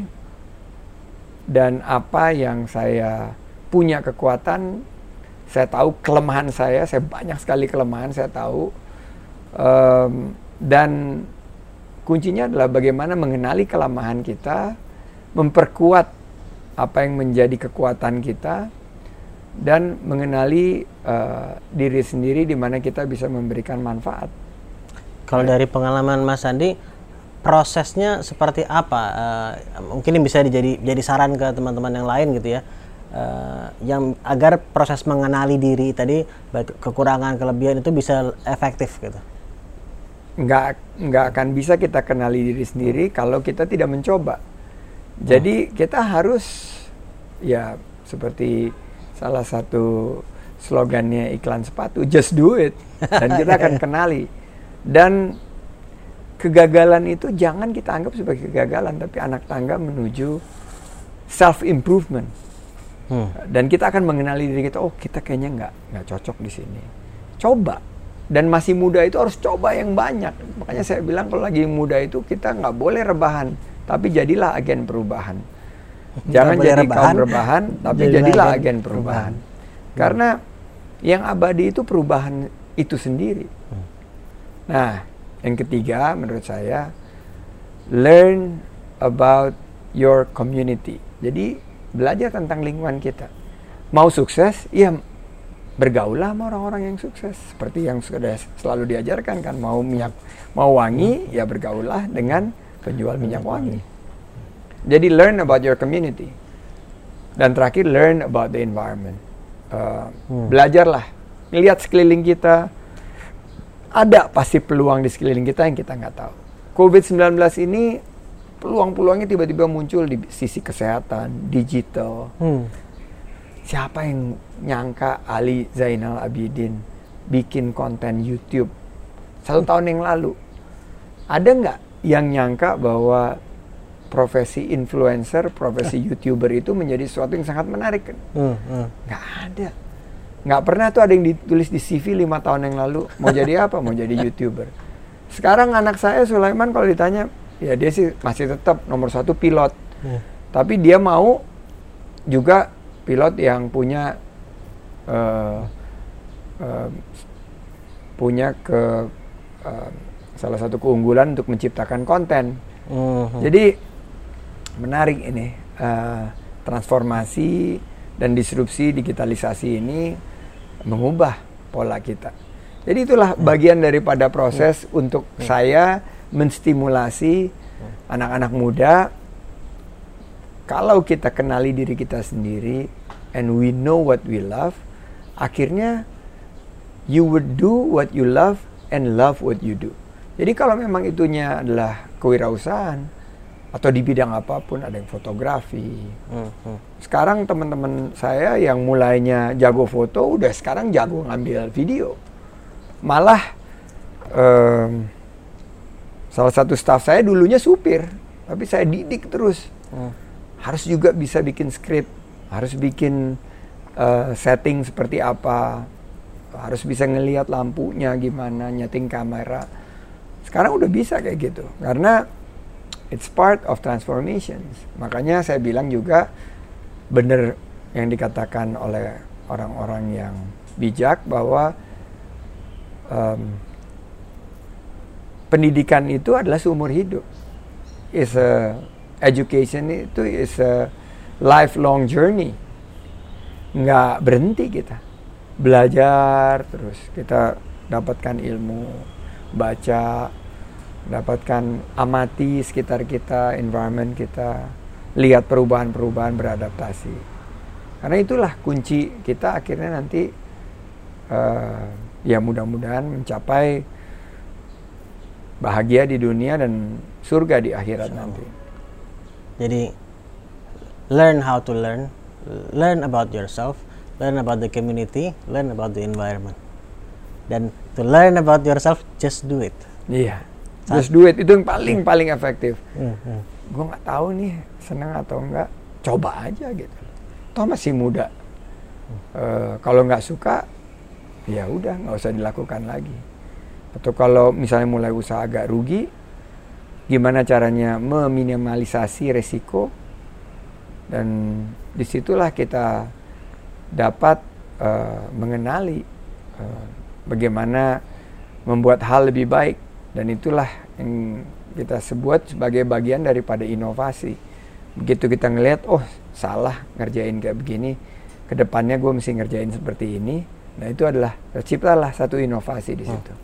dan apa yang saya punya kekuatan. Saya tahu kelemahan saya, saya banyak sekali kelemahan saya tahu. Um, dan kuncinya adalah bagaimana mengenali kelemahan kita, memperkuat apa yang menjadi kekuatan kita, dan mengenali uh, diri sendiri di mana kita bisa memberikan manfaat. Kalau ya. Dari pengalaman Mas Andi, prosesnya seperti apa? Uh, mungkin bisa dijadi jadi saran ke teman-teman yang lain gitu ya, uh, yang agar proses mengenali diri tadi, baik kekurangan, kelebihan itu bisa efektif gitu. Nggak, nggak akan bisa kita kenali diri sendiri hmm. kalau kita tidak mencoba. Jadi kita harus ya seperti salah satu slogannya iklan sepatu, just do it, dan kita akan kenali. Dan kegagalan itu jangan kita anggap sebagai kegagalan, tapi anak tangga menuju self improvement. Hmm. Dan kita akan mengenali diri kita, oh kita kayaknya nggak nggak cocok di sini. Coba. Dan masih muda itu harus coba yang banyak. Makanya saya bilang kalau lagi muda itu kita nggak boleh rebahan, tapi jadilah agen perubahan. Jangan jadi rebahan, kaum rebahan, tapi jadilah, jadilah agen, agen perubahan. perubahan. Karena yang abadi itu perubahan itu sendiri. Hmm. Nah, yang ketiga menurut saya, learn about your community. Jadi belajar tentang lingkungan kita. Mau sukses, ya bergaulah sama orang-orang yang sukses. Seperti yang sudah selalu diajarkan kan, mau minyak, mau wangi, ya bergaulah dengan penjual minyak wangi. Jadi learn about your community. Dan terakhir, learn about the environment. Uh, hmm. Belajarlah, lihat sekeliling kita. Ada pasti peluang di sekeliling kita yang kita nggak tahu. covid sembilan belas ini peluang-peluangnya tiba-tiba muncul di sisi kesehatan, digital. Hmm. Siapa yang nyangka Ali Zainal Abidin bikin konten YouTube satu tahun yang lalu? Ada nggak yang nyangka bahwa profesi influencer, profesi YouTuber itu menjadi sesuatu yang sangat menarik kan? Hmm, hmm. Nggak ada. Nggak pernah tuh ada yang ditulis di C V lima tahun yang lalu. Mau jadi apa? Mau jadi YouTuber. Sekarang anak saya Sulaiman kalau ditanya, ya dia sih masih tetap nomor satu pilot. Hmm. Tapi dia mau juga pilot yang punya uh, uh, punya ke uh, salah satu keunggulan untuk menciptakan konten. Uh-huh. Jadi menarik ini uh, transformasi dan disrupsi digitalisasi ini mengubah pola kita. Jadi itulah bagian daripada proses uh-huh. untuk uh-huh. saya menstimulasi uh-huh. anak-anak muda. Kalau kita kenali diri kita sendiri and we know what we love, akhirnya you would do what you love and love what you do. Jadi kalau memang itunya adalah kewirausahaan atau di bidang apapun, ada yang fotografi. Hmm. Sekarang teman-teman saya yang mulainya jago foto, udah sekarang jago ngambil video. Malah um, salah satu staff saya dulunya supir, tapi saya didik terus. Hmm. Harus juga bisa bikin skrip, harus bikin uh, setting seperti apa, harus bisa ngelihat lampunya gimana, nyeting kamera. Sekarang udah bisa kayak gitu, karena it's part of transformations. Makanya saya bilang juga, bener yang dikatakan oleh orang-orang yang bijak bahwa um, pendidikan itu adalah seumur hidup. Is a education itu is a lifelong journey. Nggak berhenti kita. Belajar terus, kita dapatkan ilmu, baca, dapatkan amati sekitar kita, environment kita, lihat perubahan-perubahan, beradaptasi. Karena itulah kunci kita akhirnya nanti uh, ya mudah-mudahan mencapai bahagia di dunia dan surga di akhirat nanti. Jadi learn how to learn, learn about yourself, learn about the community, learn about the environment. Dan to learn about yourself, just do it. Iya, just do it. Itu yang paling paling efektif. Mm-hmm. Gue nggak tahu nih senang atau enggak, coba aja gitu. Toh masih muda. Uh, kalau nggak suka, ya udah nggak usah dilakukan lagi. Atau kalau misalnya mulai usaha agak rugi, gimana caranya meminimalisasi resiko? Dan disitulah kita dapat uh, mengenali uh, bagaimana membuat hal lebih baik, dan itulah yang kita sebut sebagai bagian daripada inovasi. Begitu kita ngelihat, oh salah ngerjain kayak begini, kedepannya gue mesti ngerjain seperti ini. Nah itu adalah terciptalah satu inovasi di situ.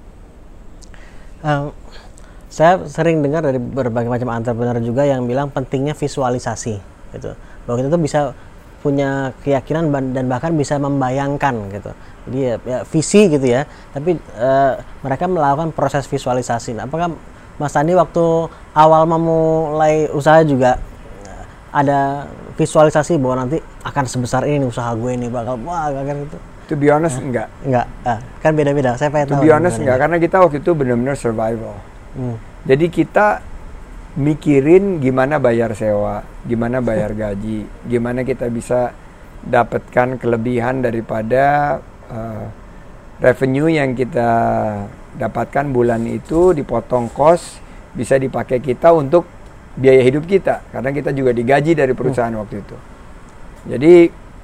Hmm. Um, saya sering dengar dari berbagai macam entrepreneur juga yang bilang pentingnya visualisasi, gitu. Bahwa kita tuh bisa punya keyakinan dan bahkan bisa membayangkan gitu. Jadi ya, ya visi gitu ya. Tapi uh, mereka melakukan proses visualisasi. Nah, apakah Mas Andi waktu awal memulai usaha juga uh, ada visualisasi bahwa nanti akan sebesar ini usaha gue ini bakal wah kan gitu? To be honest, nah, enggak. Enggak. Ah, kan beda-beda. Saya pengen tahu. To be honest enggak, karena kita waktu itu benar-benar survival. Hmm. Jadi kita mikirin gimana bayar sewa, gimana bayar gaji, gimana kita bisa dapatkan kelebihan daripada uh, revenue yang kita dapatkan bulan itu, dipotong kos, bisa dipakai kita untuk biaya hidup kita, karena kita juga digaji dari perusahaan hmm. waktu itu. Jadi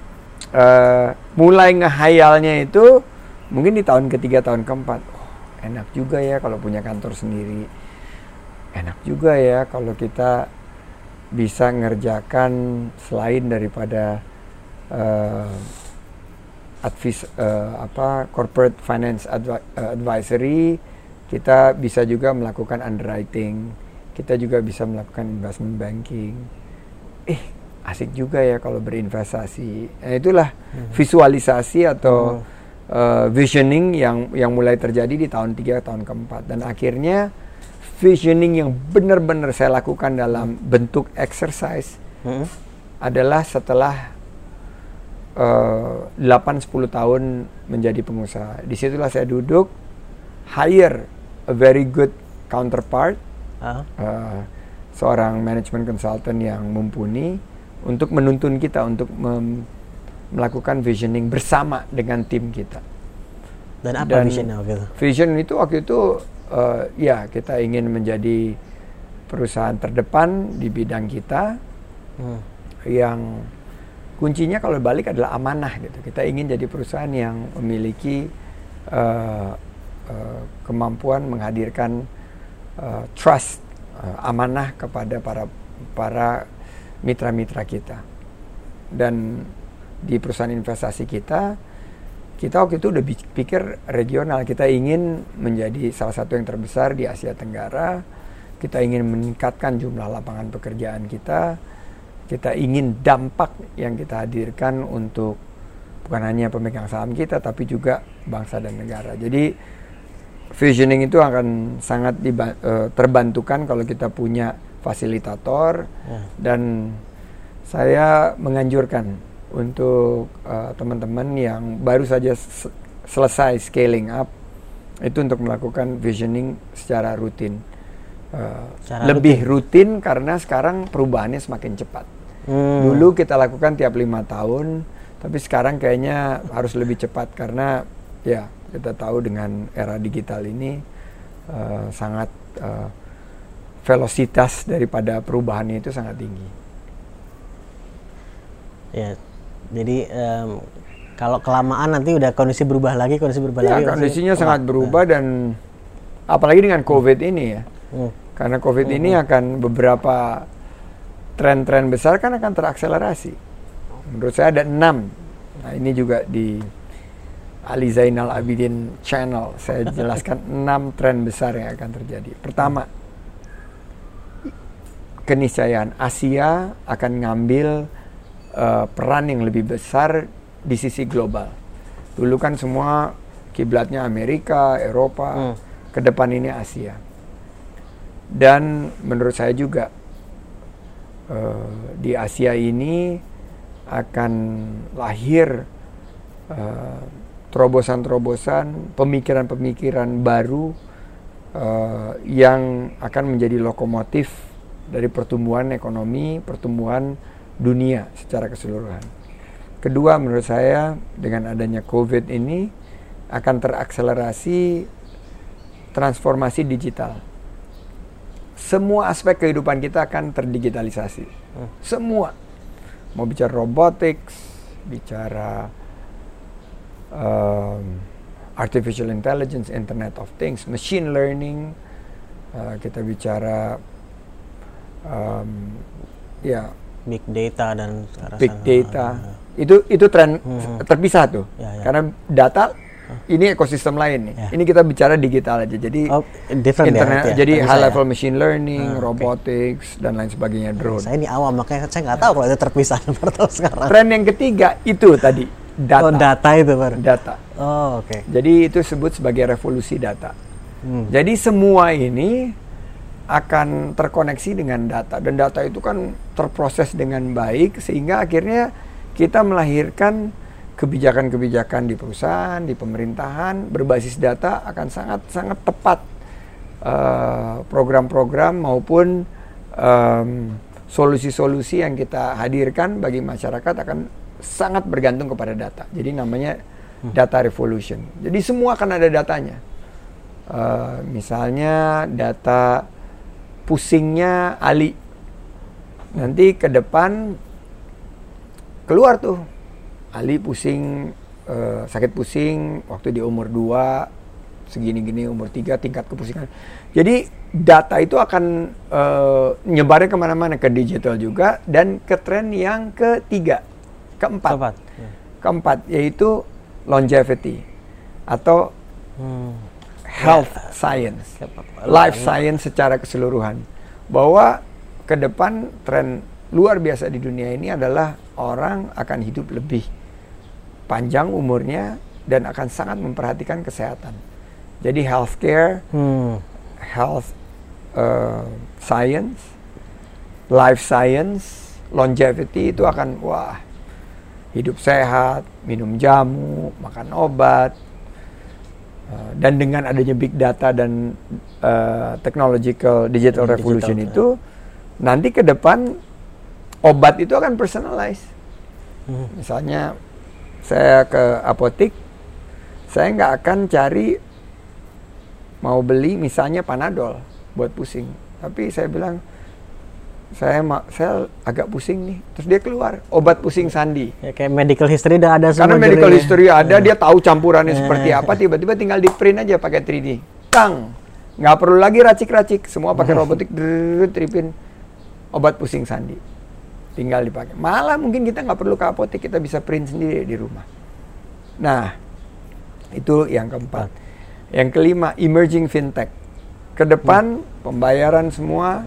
uh, mulai ngehayalnya itu mungkin di tahun ketiga, tahun keempat, oh, enak juga ya kalau punya kantor sendiri. Enak juga ya kalau kita bisa ngerjakan selain daripada uh, advis, uh, apa corporate finance advi- uh, advisory, kita bisa juga melakukan underwriting, kita juga bisa melakukan investment banking. Eh, asik juga ya kalau berinvestasi. Nah, itulah hmm. visualisasi atau hmm. uh, visioning yang yang mulai terjadi di tahun tiga, tahun keempat, dan akhirnya visioning yang benar-benar saya lakukan dalam hmm. bentuk exercise hmm. adalah setelah uh, delapan sampai sepuluh tahun menjadi pengusaha. Disitulah saya duduk, hire a very good counterpart, uh. Uh, seorang management consultant yang mumpuni untuk menuntun kita untuk mem- melakukan visioning bersama dengan tim kita. Dan apa Dan visionnya waktu itu? Vision itu waktu itu Uh, ya kita ingin menjadi perusahaan terdepan di bidang kita, hmm. yang kuncinya kalau balik adalah amanah gitu. Kita ingin jadi perusahaan yang memiliki uh, uh, kemampuan menghadirkan uh, trust, uh, amanah kepada para para mitra-mitra kita. Dan di perusahaan investasi kita, kita waktu itu udah pikir regional. Kita ingin menjadi salah satu yang terbesar di Asia Tenggara. Kita ingin meningkatkan jumlah lapangan pekerjaan kita. Kita ingin dampak yang kita hadirkan untuk bukan hanya pemegang saham kita, tapi juga bangsa dan negara. Jadi visioning itu akan sangat diba- uh, terbantukan kalau kita punya fasilitator. Ya. Dan saya menganjurkan untuk uh, teman-teman yang baru saja s- selesai scaling up itu untuk melakukan visioning secara rutin, uh, lebih rutin. rutin karena sekarang perubahannya semakin cepat. Hmm. Dulu kita lakukan tiap lima tahun, tapi sekarang kayaknya harus lebih cepat karena ya kita tahu dengan era digital ini uh, sangat uh, velositas daripada perubahannya itu sangat tinggi. Ya. Jadi um, kalau kelamaan nanti udah kondisi berubah lagi, kondisi berubah ya, lagi. Kondisinya sangat berubah nah. Dan apalagi dengan COVID hmm. ini ya. Hmm. Karena COVID hmm. ini akan beberapa tren-tren besar kan akan terakselerasi. Menurut saya ada enam. Nah ini juga di Ali Zainal Abidin Channel saya jelaskan enam tren besar yang akan terjadi. Pertama, keniscayaan Asia akan ngambil uh, peran yang lebih besar di sisi global. Dulu kan semua kiblatnya Amerika, Eropa, hmm. ke depan ini Asia. Dan menurut saya juga uh, di Asia ini akan lahir uh, terobosan-terobosan, pemikiran-pemikiran baru uh, yang akan menjadi lokomotif dari pertumbuhan ekonomi, pertumbuhan dunia secara keseluruhan. Kedua, menurut saya dengan adanya COVID ini akan terakselerasi transformasi digital. Semua aspek kehidupan kita akan terdigitalisasi. Hmm. Semua. Mau bicara robotics, bicara Um, artificial intelligence, Internet of Things, machine learning, uh, kita bicara um, ya big data dan big data uh, itu itu tren uh, terpisah tuh ya, ya. Karena data uh. ini ekosistem lain nih. Ya. Ini kita bicara digital aja. Jadi oh, internet, ya, jadi ya. high level ya. Machine learning, uh, robotics okay. dan lain sebagainya, drone. Saya ini awam makanya saya nggak tahu kalau itu terpisah sekarang. Tren yang ketiga itu tadi. Data. Oh, data itu baru. Data. Oh, oke. Okay. Jadi itu disebut sebagai revolusi data. Hmm. Jadi semua ini akan terkoneksi dengan data dan data itu kan terproses dengan baik sehingga akhirnya kita melahirkan kebijakan-kebijakan di perusahaan, di pemerintahan berbasis data akan sangat-sangat tepat. Uh, program-program maupun um, solusi-solusi yang kita hadirkan bagi masyarakat akan sangat bergantung kepada data. Jadi namanya data revolution. Jadi semua akan ada datanya. Uh, misalnya data pusingnya Ali. Nanti ke depan keluar tuh Ali pusing, uh, sakit pusing waktu di umur dua, segini-gini umur tiga, tingkat kepusingan. Jadi data itu akan uh, nyebarnya kemana-mana, ke digital juga dan ke tren yang ketiga. Keempat, Keempat. Ya. keempat yaitu longevity atau hmm. health ya. Science, life science secara keseluruhan. Bahwa ke depan tren luar biasa di dunia ini adalah orang akan hidup lebih panjang umurnya dan akan sangat memperhatikan kesehatan. Jadi healthcare, hmm. health uh, science, life science, longevity itu akan wah. Hidup sehat, minum jamu, makan obat, uh, dan dengan adanya big data dan uh, technological digital hmm, revolution digital, itu, ya. Nanti ke depan obat itu akan personalized. Hmm. Misalnya saya ke apotik, saya nggak akan cari mau beli misalnya Panadol buat pusing, tapi saya bilang saya ma- saya agak pusing nih, terus dia keluar obat pusing Sandi. Ya, kayak medical history udah ada semua. Karena medical history ada, ya. Dia tahu campurannya ya. Seperti apa, tiba-tiba tinggal di print aja pakai tiga D. Tang, nggak perlu lagi racik-racik, semua pakai robotik, tripin obat pusing Sandi, tinggal dipakai. Malah mungkin kita nggak perlu ke apotek, kita bisa print sendiri di rumah. Nah, itu yang keempat. Yang kelima, emerging fintech. Ke depan hmm. pembayaran semua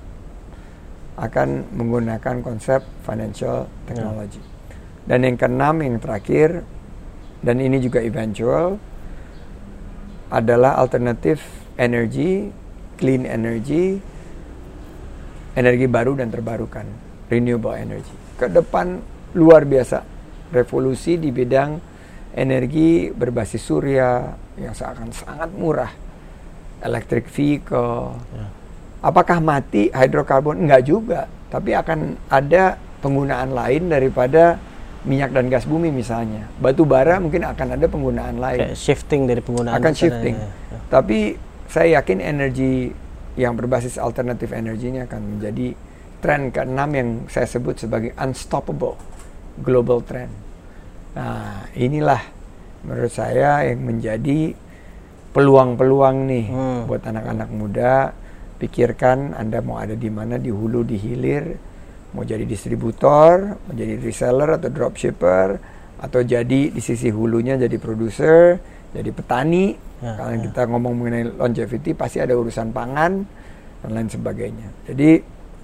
akan menggunakan konsep financial technology. Yeah. Dan yang keenam, yang terakhir, dan ini juga eventual, adalah alternative energy, clean energy, energi baru dan terbarukan, renewable energy. Ke depan luar biasa, revolusi di bidang energi berbasis surya yang akan sangat murah, electric vehicle. Yeah. Apakah mati hidrokarbon? Enggak juga, tapi akan ada penggunaan lain daripada minyak dan gas bumi misalnya. Batu bara mungkin akan ada penggunaan lain. Kayak shifting dari penggunaan. Akan shifting. Ya, ya. Tapi saya yakin energi yang berbasis alternatif energi ini akan menjadi tren keenam yang saya sebut sebagai unstoppable. global trend. Nah, inilah menurut saya yang menjadi peluang-peluang nih hmm. buat anak-anak muda. Pikirkan Anda mau ada di mana, di hulu, di hilir, mau jadi distributor, mau jadi reseller atau dropshipper, atau jadi di sisi hulunya jadi produser, jadi petani. Ya, kalau ya. Kita ngomong mengenai longevity pasti ada urusan pangan dan lain sebagainya. Jadi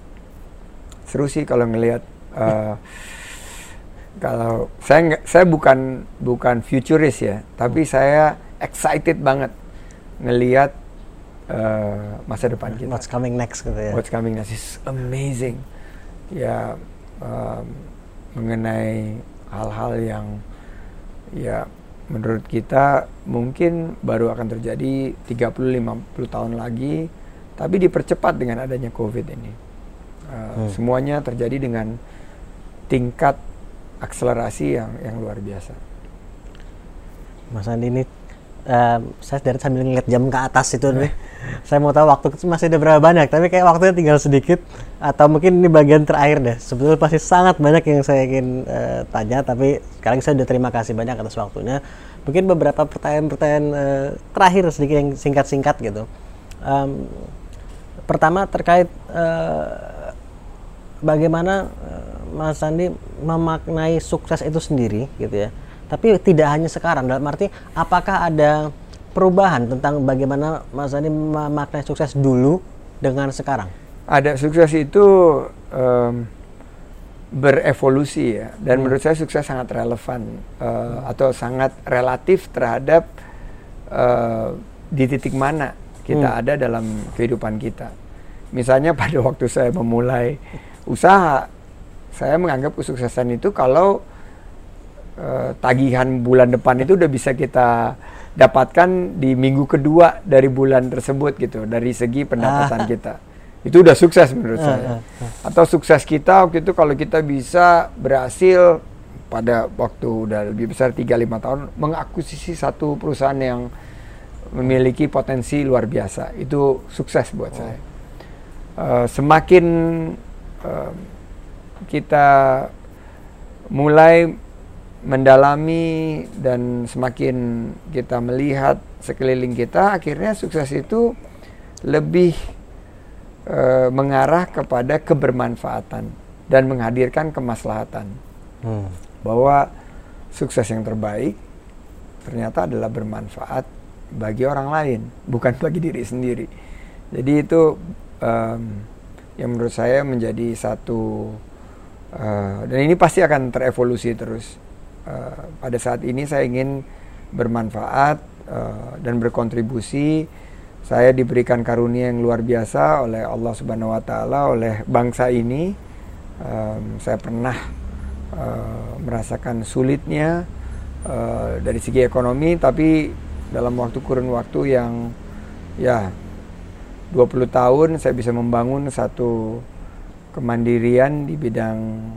seru sih kalau ngelihat. Uh, kalau saya nggak, saya bukan bukan futurist ya, tapi hmm. saya excited banget ngelihat uh, masa depan kita. What's coming next gitu ya. What's coming next is amazing. Ya um, mengenai hal-hal yang ya menurut kita mungkin baru akan terjadi tiga puluh sampai lima puluh tahun lagi, tapi dipercepat dengan adanya COVID ini. Uh, hmm. Semuanya terjadi dengan tingkat akselerasi yang yang luar biasa. Mas Andi ini uh, saya dari sambil ngeliat jam ke atas itu nih. Saya mau tahu waktu masih ada berapa banyak, tapi kayak waktunya tinggal sedikit, atau mungkin ini bagian terakhir deh. Sebetulnya pasti sangat banyak yang saya ingin uh, tanya, tapi sekarang saya udah terima kasih banyak atas waktunya. Mungkin beberapa pertanyaan-pertanyaan uh, terakhir sedikit yang singkat-singkat gitu. Um, pertama terkait uh, bagaimana uh, Mas Andi memaknai sukses itu sendiri gitu ya. Tapi tidak hanya sekarang, dalam arti apakah ada perubahan tentang bagaimana Mas Andi memaknai sukses dulu dengan sekarang? Ada, sukses itu um, berevolusi ya, dan hmm. menurut saya sukses sangat relevan uh, hmm. atau sangat relatif terhadap uh, di titik mana kita hmm. ada dalam kehidupan kita. Misalnya pada waktu saya memulai usaha, saya menganggap kesuksesan itu kalau uh, tagihan bulan depan itu udah bisa kita dapatkan di minggu kedua dari bulan tersebut gitu, dari segi pendapatan ah. kita. Itu udah sukses menurut ah, saya. Ah, ah. Atau sukses kita waktu itu kalau kita bisa berhasil pada waktu udah lebih besar tiga sampai lima tahun mengakuisisi satu perusahaan yang memiliki potensi luar biasa. Itu sukses buat oh. saya. Uh, semakin uh, kita mulai mendalami dan semakin kita melihat sekeliling kita, akhirnya sukses itu lebih e, mengarah kepada kebermanfaatan dan menghadirkan kemaslahatan. Hmm. Bahwa sukses yang terbaik ternyata adalah bermanfaat bagi orang lain, bukan bagi diri sendiri. Jadi itu um, yang menurut saya menjadi satu uh, dan ini pasti akan terevolusi terus. Uh, pada saat ini saya ingin bermanfaat uh, dan berkontribusi. Saya diberikan karunia yang luar biasa oleh Allah Subhanahu Wa Taala, oleh bangsa ini. Um, saya pernah uh, merasakan sulitnya uh, dari segi ekonomi, tapi dalam waktu kurun waktu yang ya dua puluh tahun saya bisa membangun satu kemandirian di bidang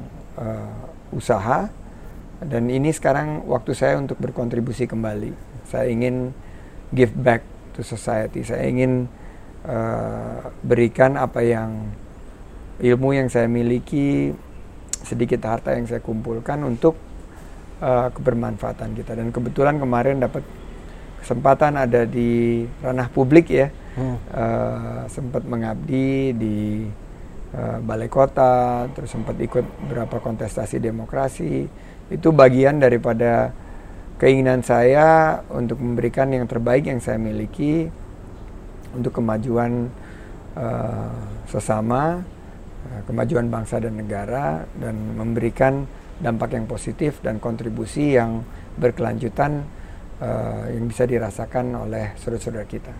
uh, usaha. Dan ini sekarang waktu saya untuk berkontribusi kembali. Saya ingin give back to society. Saya ingin uh, berikan apa yang ilmu yang saya miliki, sedikit harta yang saya kumpulkan untuk uh, kebermanfaatan kita. Dan kebetulan kemarin dapat kesempatan ada di ranah publik ya. Hmm. Uh, sempat mengabdi di uh, Balai Kota, terus sempat ikut beberapa kontestasi demokrasi. Itu bagian daripada keinginan saya untuk memberikan yang terbaik yang saya miliki untuk kemajuan uh, sesama, uh, kemajuan bangsa dan negara, dan memberikan dampak yang positif dan kontribusi yang berkelanjutan uh, yang bisa dirasakan oleh saudara-saudara kita.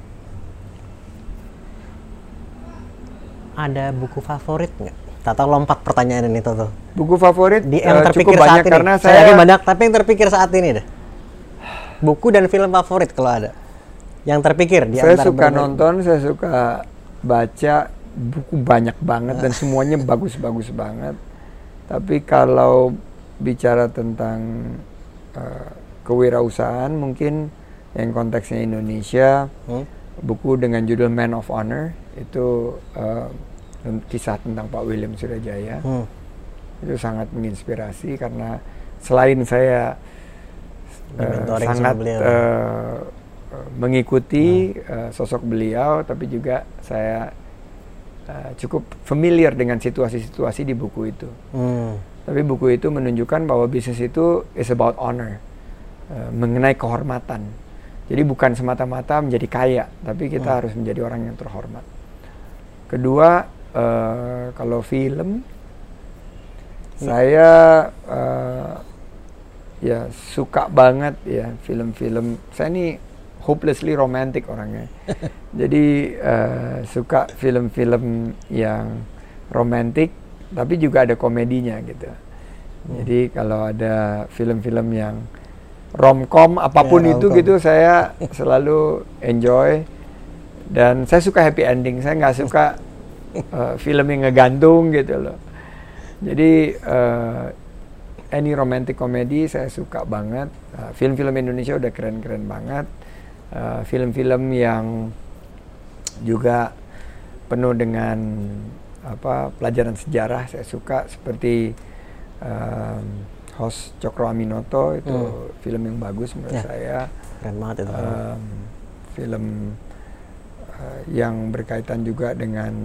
Ada buku favorit nggak? Tata lompat pertanyaan ini Toto. Buku favorit di yang uh, terpikir cukup saat banyak ini. Karena saya yakin banyak, tapi yang terpikir saat ini deh. Buku dan film favorit kalau ada. Yang terpikir di saya antara suka berbagai. nonton, saya suka baca buku banyak banget dan semuanya bagus-bagus banget. Tapi kalau bicara tentang uh, kewirausahaan, mungkin yang konteksnya Indonesia, hmm? buku dengan judul Man of Honor itu uh, kisah tentang Pak William Surajaya. Hmm. Itu sangat menginspirasi karena selain saya uh, sangat uh, mengikuti uh, sosok beliau, tapi juga saya uh, cukup familiar dengan situasi-situasi di buku itu. Hmm. Tapi buku itu menunjukkan bahwa bisnis itu is about honor, uh, mengenai kehormatan. Jadi bukan semata-mata menjadi kaya, tapi kita hmm. harus menjadi orang yang terhormat. Kedua, uh, kalau film, hmm. saya uh, ya suka banget ya film-film. Saya ini hopelessly romantic orangnya. Jadi uh, suka film-film yang romantic, tapi juga ada komedinya gitu. Hmm. Jadi kalau ada film-film yang romcom apapun ya, itu rom-com. Gitu saya selalu enjoy, dan saya suka happy ending. Saya nggak suka uh, film yang ngegantung gitu loh. Jadi uh, any romantic comedy saya suka banget. Uh, film-film Indonesia udah keren-keren banget. Uh, film-film yang juga penuh dengan apa pelajaran sejarah saya suka, seperti um, Host Cokro Aminoto itu hmm. film yang bagus menurut ya, saya. Keren banget itu. Um, film uh, yang berkaitan juga dengan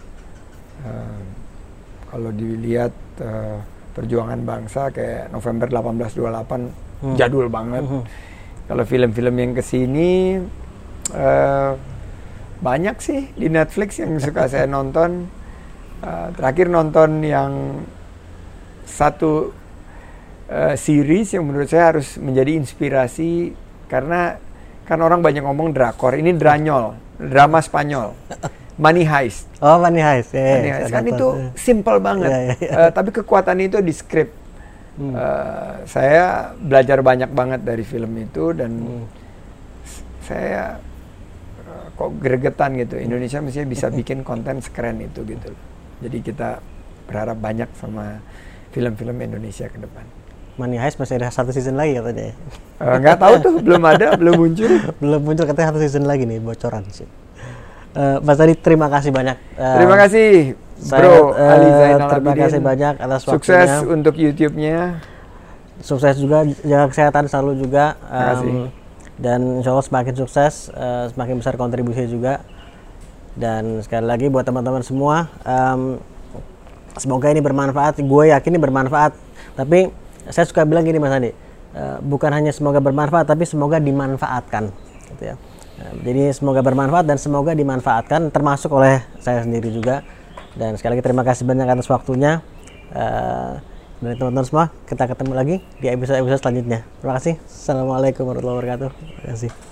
uh, kalau dilihat uh, perjuangan bangsa kayak November delapan belas dua puluh delapan, hmm. jadul banget. Hmm. Kalau film-film yang kesini uh, banyak sih di Netflix yang suka saya nonton. Uh, terakhir nonton yang satu Uh, series yang menurut saya harus menjadi inspirasi, karena kan orang banyak ngomong drakor, ini dranyol, drama Spanyol, Money Heist. Oh, Money Heist. Yeah, Money Heist kan itu simple banget, yeah, yeah, yeah. Uh, tapi kekuatan itu di skrip. Hmm. Uh, saya belajar banyak banget dari film itu, dan hmm. saya uh, kok gregetan gitu. Indonesia mestinya bisa bikin konten sekeren itu gitu. Jadi kita berharap banyak sama film-film Indonesia ke depan. Money Heist masih ada satu season lagi katanya. Uh, nggak tahu tuh, belum ada, belum muncul. Belum muncul, katanya satu season lagi nih, bocoran sih. Uh, Mas Adi, terima kasih banyak. Uh, terima kasih, Bro uh, Ali Zainal Terima Abidin. kasih banyak atas waktunya. Sukses untuk YouTube-nya. Sukses juga, jaga kesehatan selalu juga. Um, terima kasih. Dan insya Allah semakin sukses, uh, semakin besar kontribusi juga. Dan sekali lagi buat teman-teman semua, um, semoga ini bermanfaat. Gue yakin ini bermanfaat. Tapi saya suka bilang gini Mas Andi, uh, bukan hanya semoga bermanfaat, tapi semoga dimanfaatkan, gitu ya. Uh, jadi semoga bermanfaat dan semoga dimanfaatkan, termasuk oleh saya sendiri juga. Dan sekali lagi terima kasih banyak atas waktunya. Uh, dari teman-teman semua, kita ketemu lagi di episode-episode selanjutnya. Terima kasih. Assalamualaikum warahmatullahi wabarakatuh. Terima kasih.